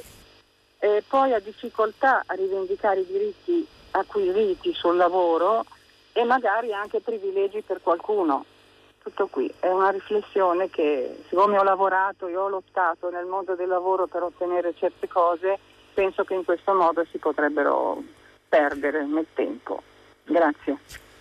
e poi a difficoltà a rivendicare i diritti acquisiti sul lavoro e magari anche privilegi per qualcuno. Tutto qui, è una riflessione che, siccome ho lavorato e ho lottato nel mondo del lavoro per ottenere certe cose, penso che in questo modo si potrebbero perdere nel tempo. Grazie.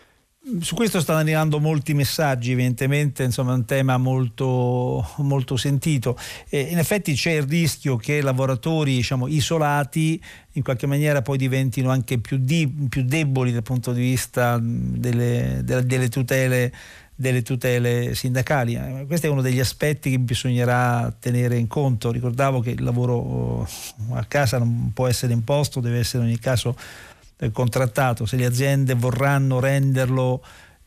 Su questo stanno arrivando molti messaggi, evidentemente, insomma è un tema molto, molto sentito. E in effetti c'è il rischio che lavoratori, diciamo, isolati in qualche maniera poi diventino anche più, di, più deboli dal punto di vista delle, delle, delle tutele delle tutele sindacali. Questo è uno degli aspetti che bisognerà tenere in conto. Ricordavo che il lavoro a casa non può essere imposto, deve essere in ogni caso contrattato. Se le aziende vorranno renderlo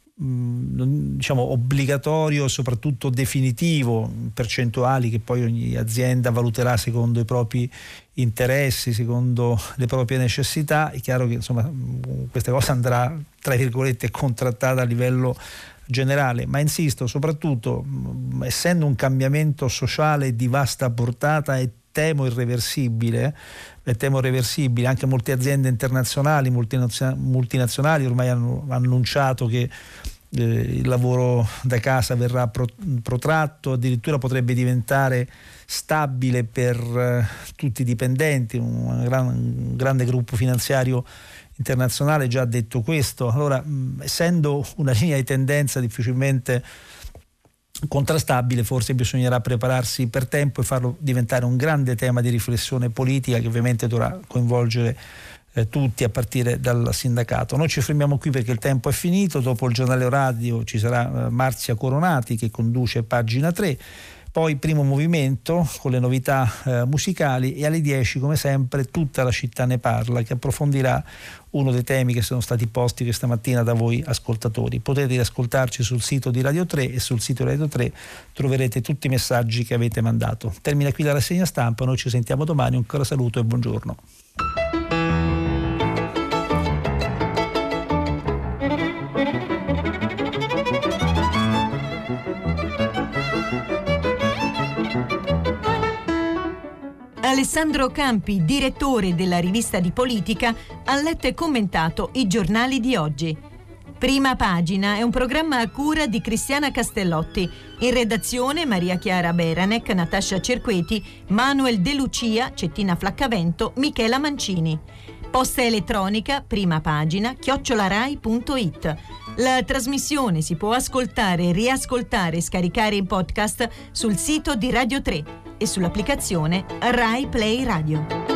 mh, diciamo obbligatorio, soprattutto definitivo, percentuali che poi ogni azienda valuterà secondo i propri interessi, secondo le proprie necessità, è chiaro che insomma questa cosa andrà tra virgolette contrattata a livello generale, ma insisto, soprattutto mh, essendo un cambiamento sociale di vasta portata e temo irreversibile, e temo irreversibile, anche molte aziende internazionali, multinazionali ormai hanno annunciato che eh, il lavoro da casa verrà pro, protratto, addirittura potrebbe diventare stabile per eh, tutti i dipendenti. Un, gran, un grande gruppo finanziario internazionale già ha detto questo. Allora, mh, essendo una linea di tendenza difficilmente contrastabile, forse bisognerà prepararsi per tempo e farlo diventare un grande tema di riflessione politica che ovviamente dovrà coinvolgere eh, tutti a partire dal sindacato. Noi ci fermiamo qui perché il tempo è finito. Dopo il giornale radio ci sarà eh, Marzia Coronati che conduce Pagina tre, poi Primo Movimento con le novità eh, musicali, e alle dieci come sempre Tutta la città ne parla, che approfondirà uno dei temi che sono stati posti questa mattina da voi ascoltatori. Potete riascoltarci sul sito di Radio tre, e sul sito di Radio tre troverete tutti i messaggi che avete mandato. Termina qui la rassegna stampa, noi ci sentiamo domani, un caro saluto e buongiorno. Alessandro Campi, direttore della rivista di politica, ha letto e commentato i giornali di oggi. Prima Pagina è un programma a cura di Cristiana Castellotti. In redazione Maria Chiara Beranec, Natascia Cerqueti, Manuel De Lucia, Cettina Flaccavento, Michela Mancini. Posta elettronica prima pagina chiocciolarai punto it. La trasmissione si può ascoltare, riascoltare e scaricare in podcast sul sito di Radio tre e sull'applicazione Rai Play Radio.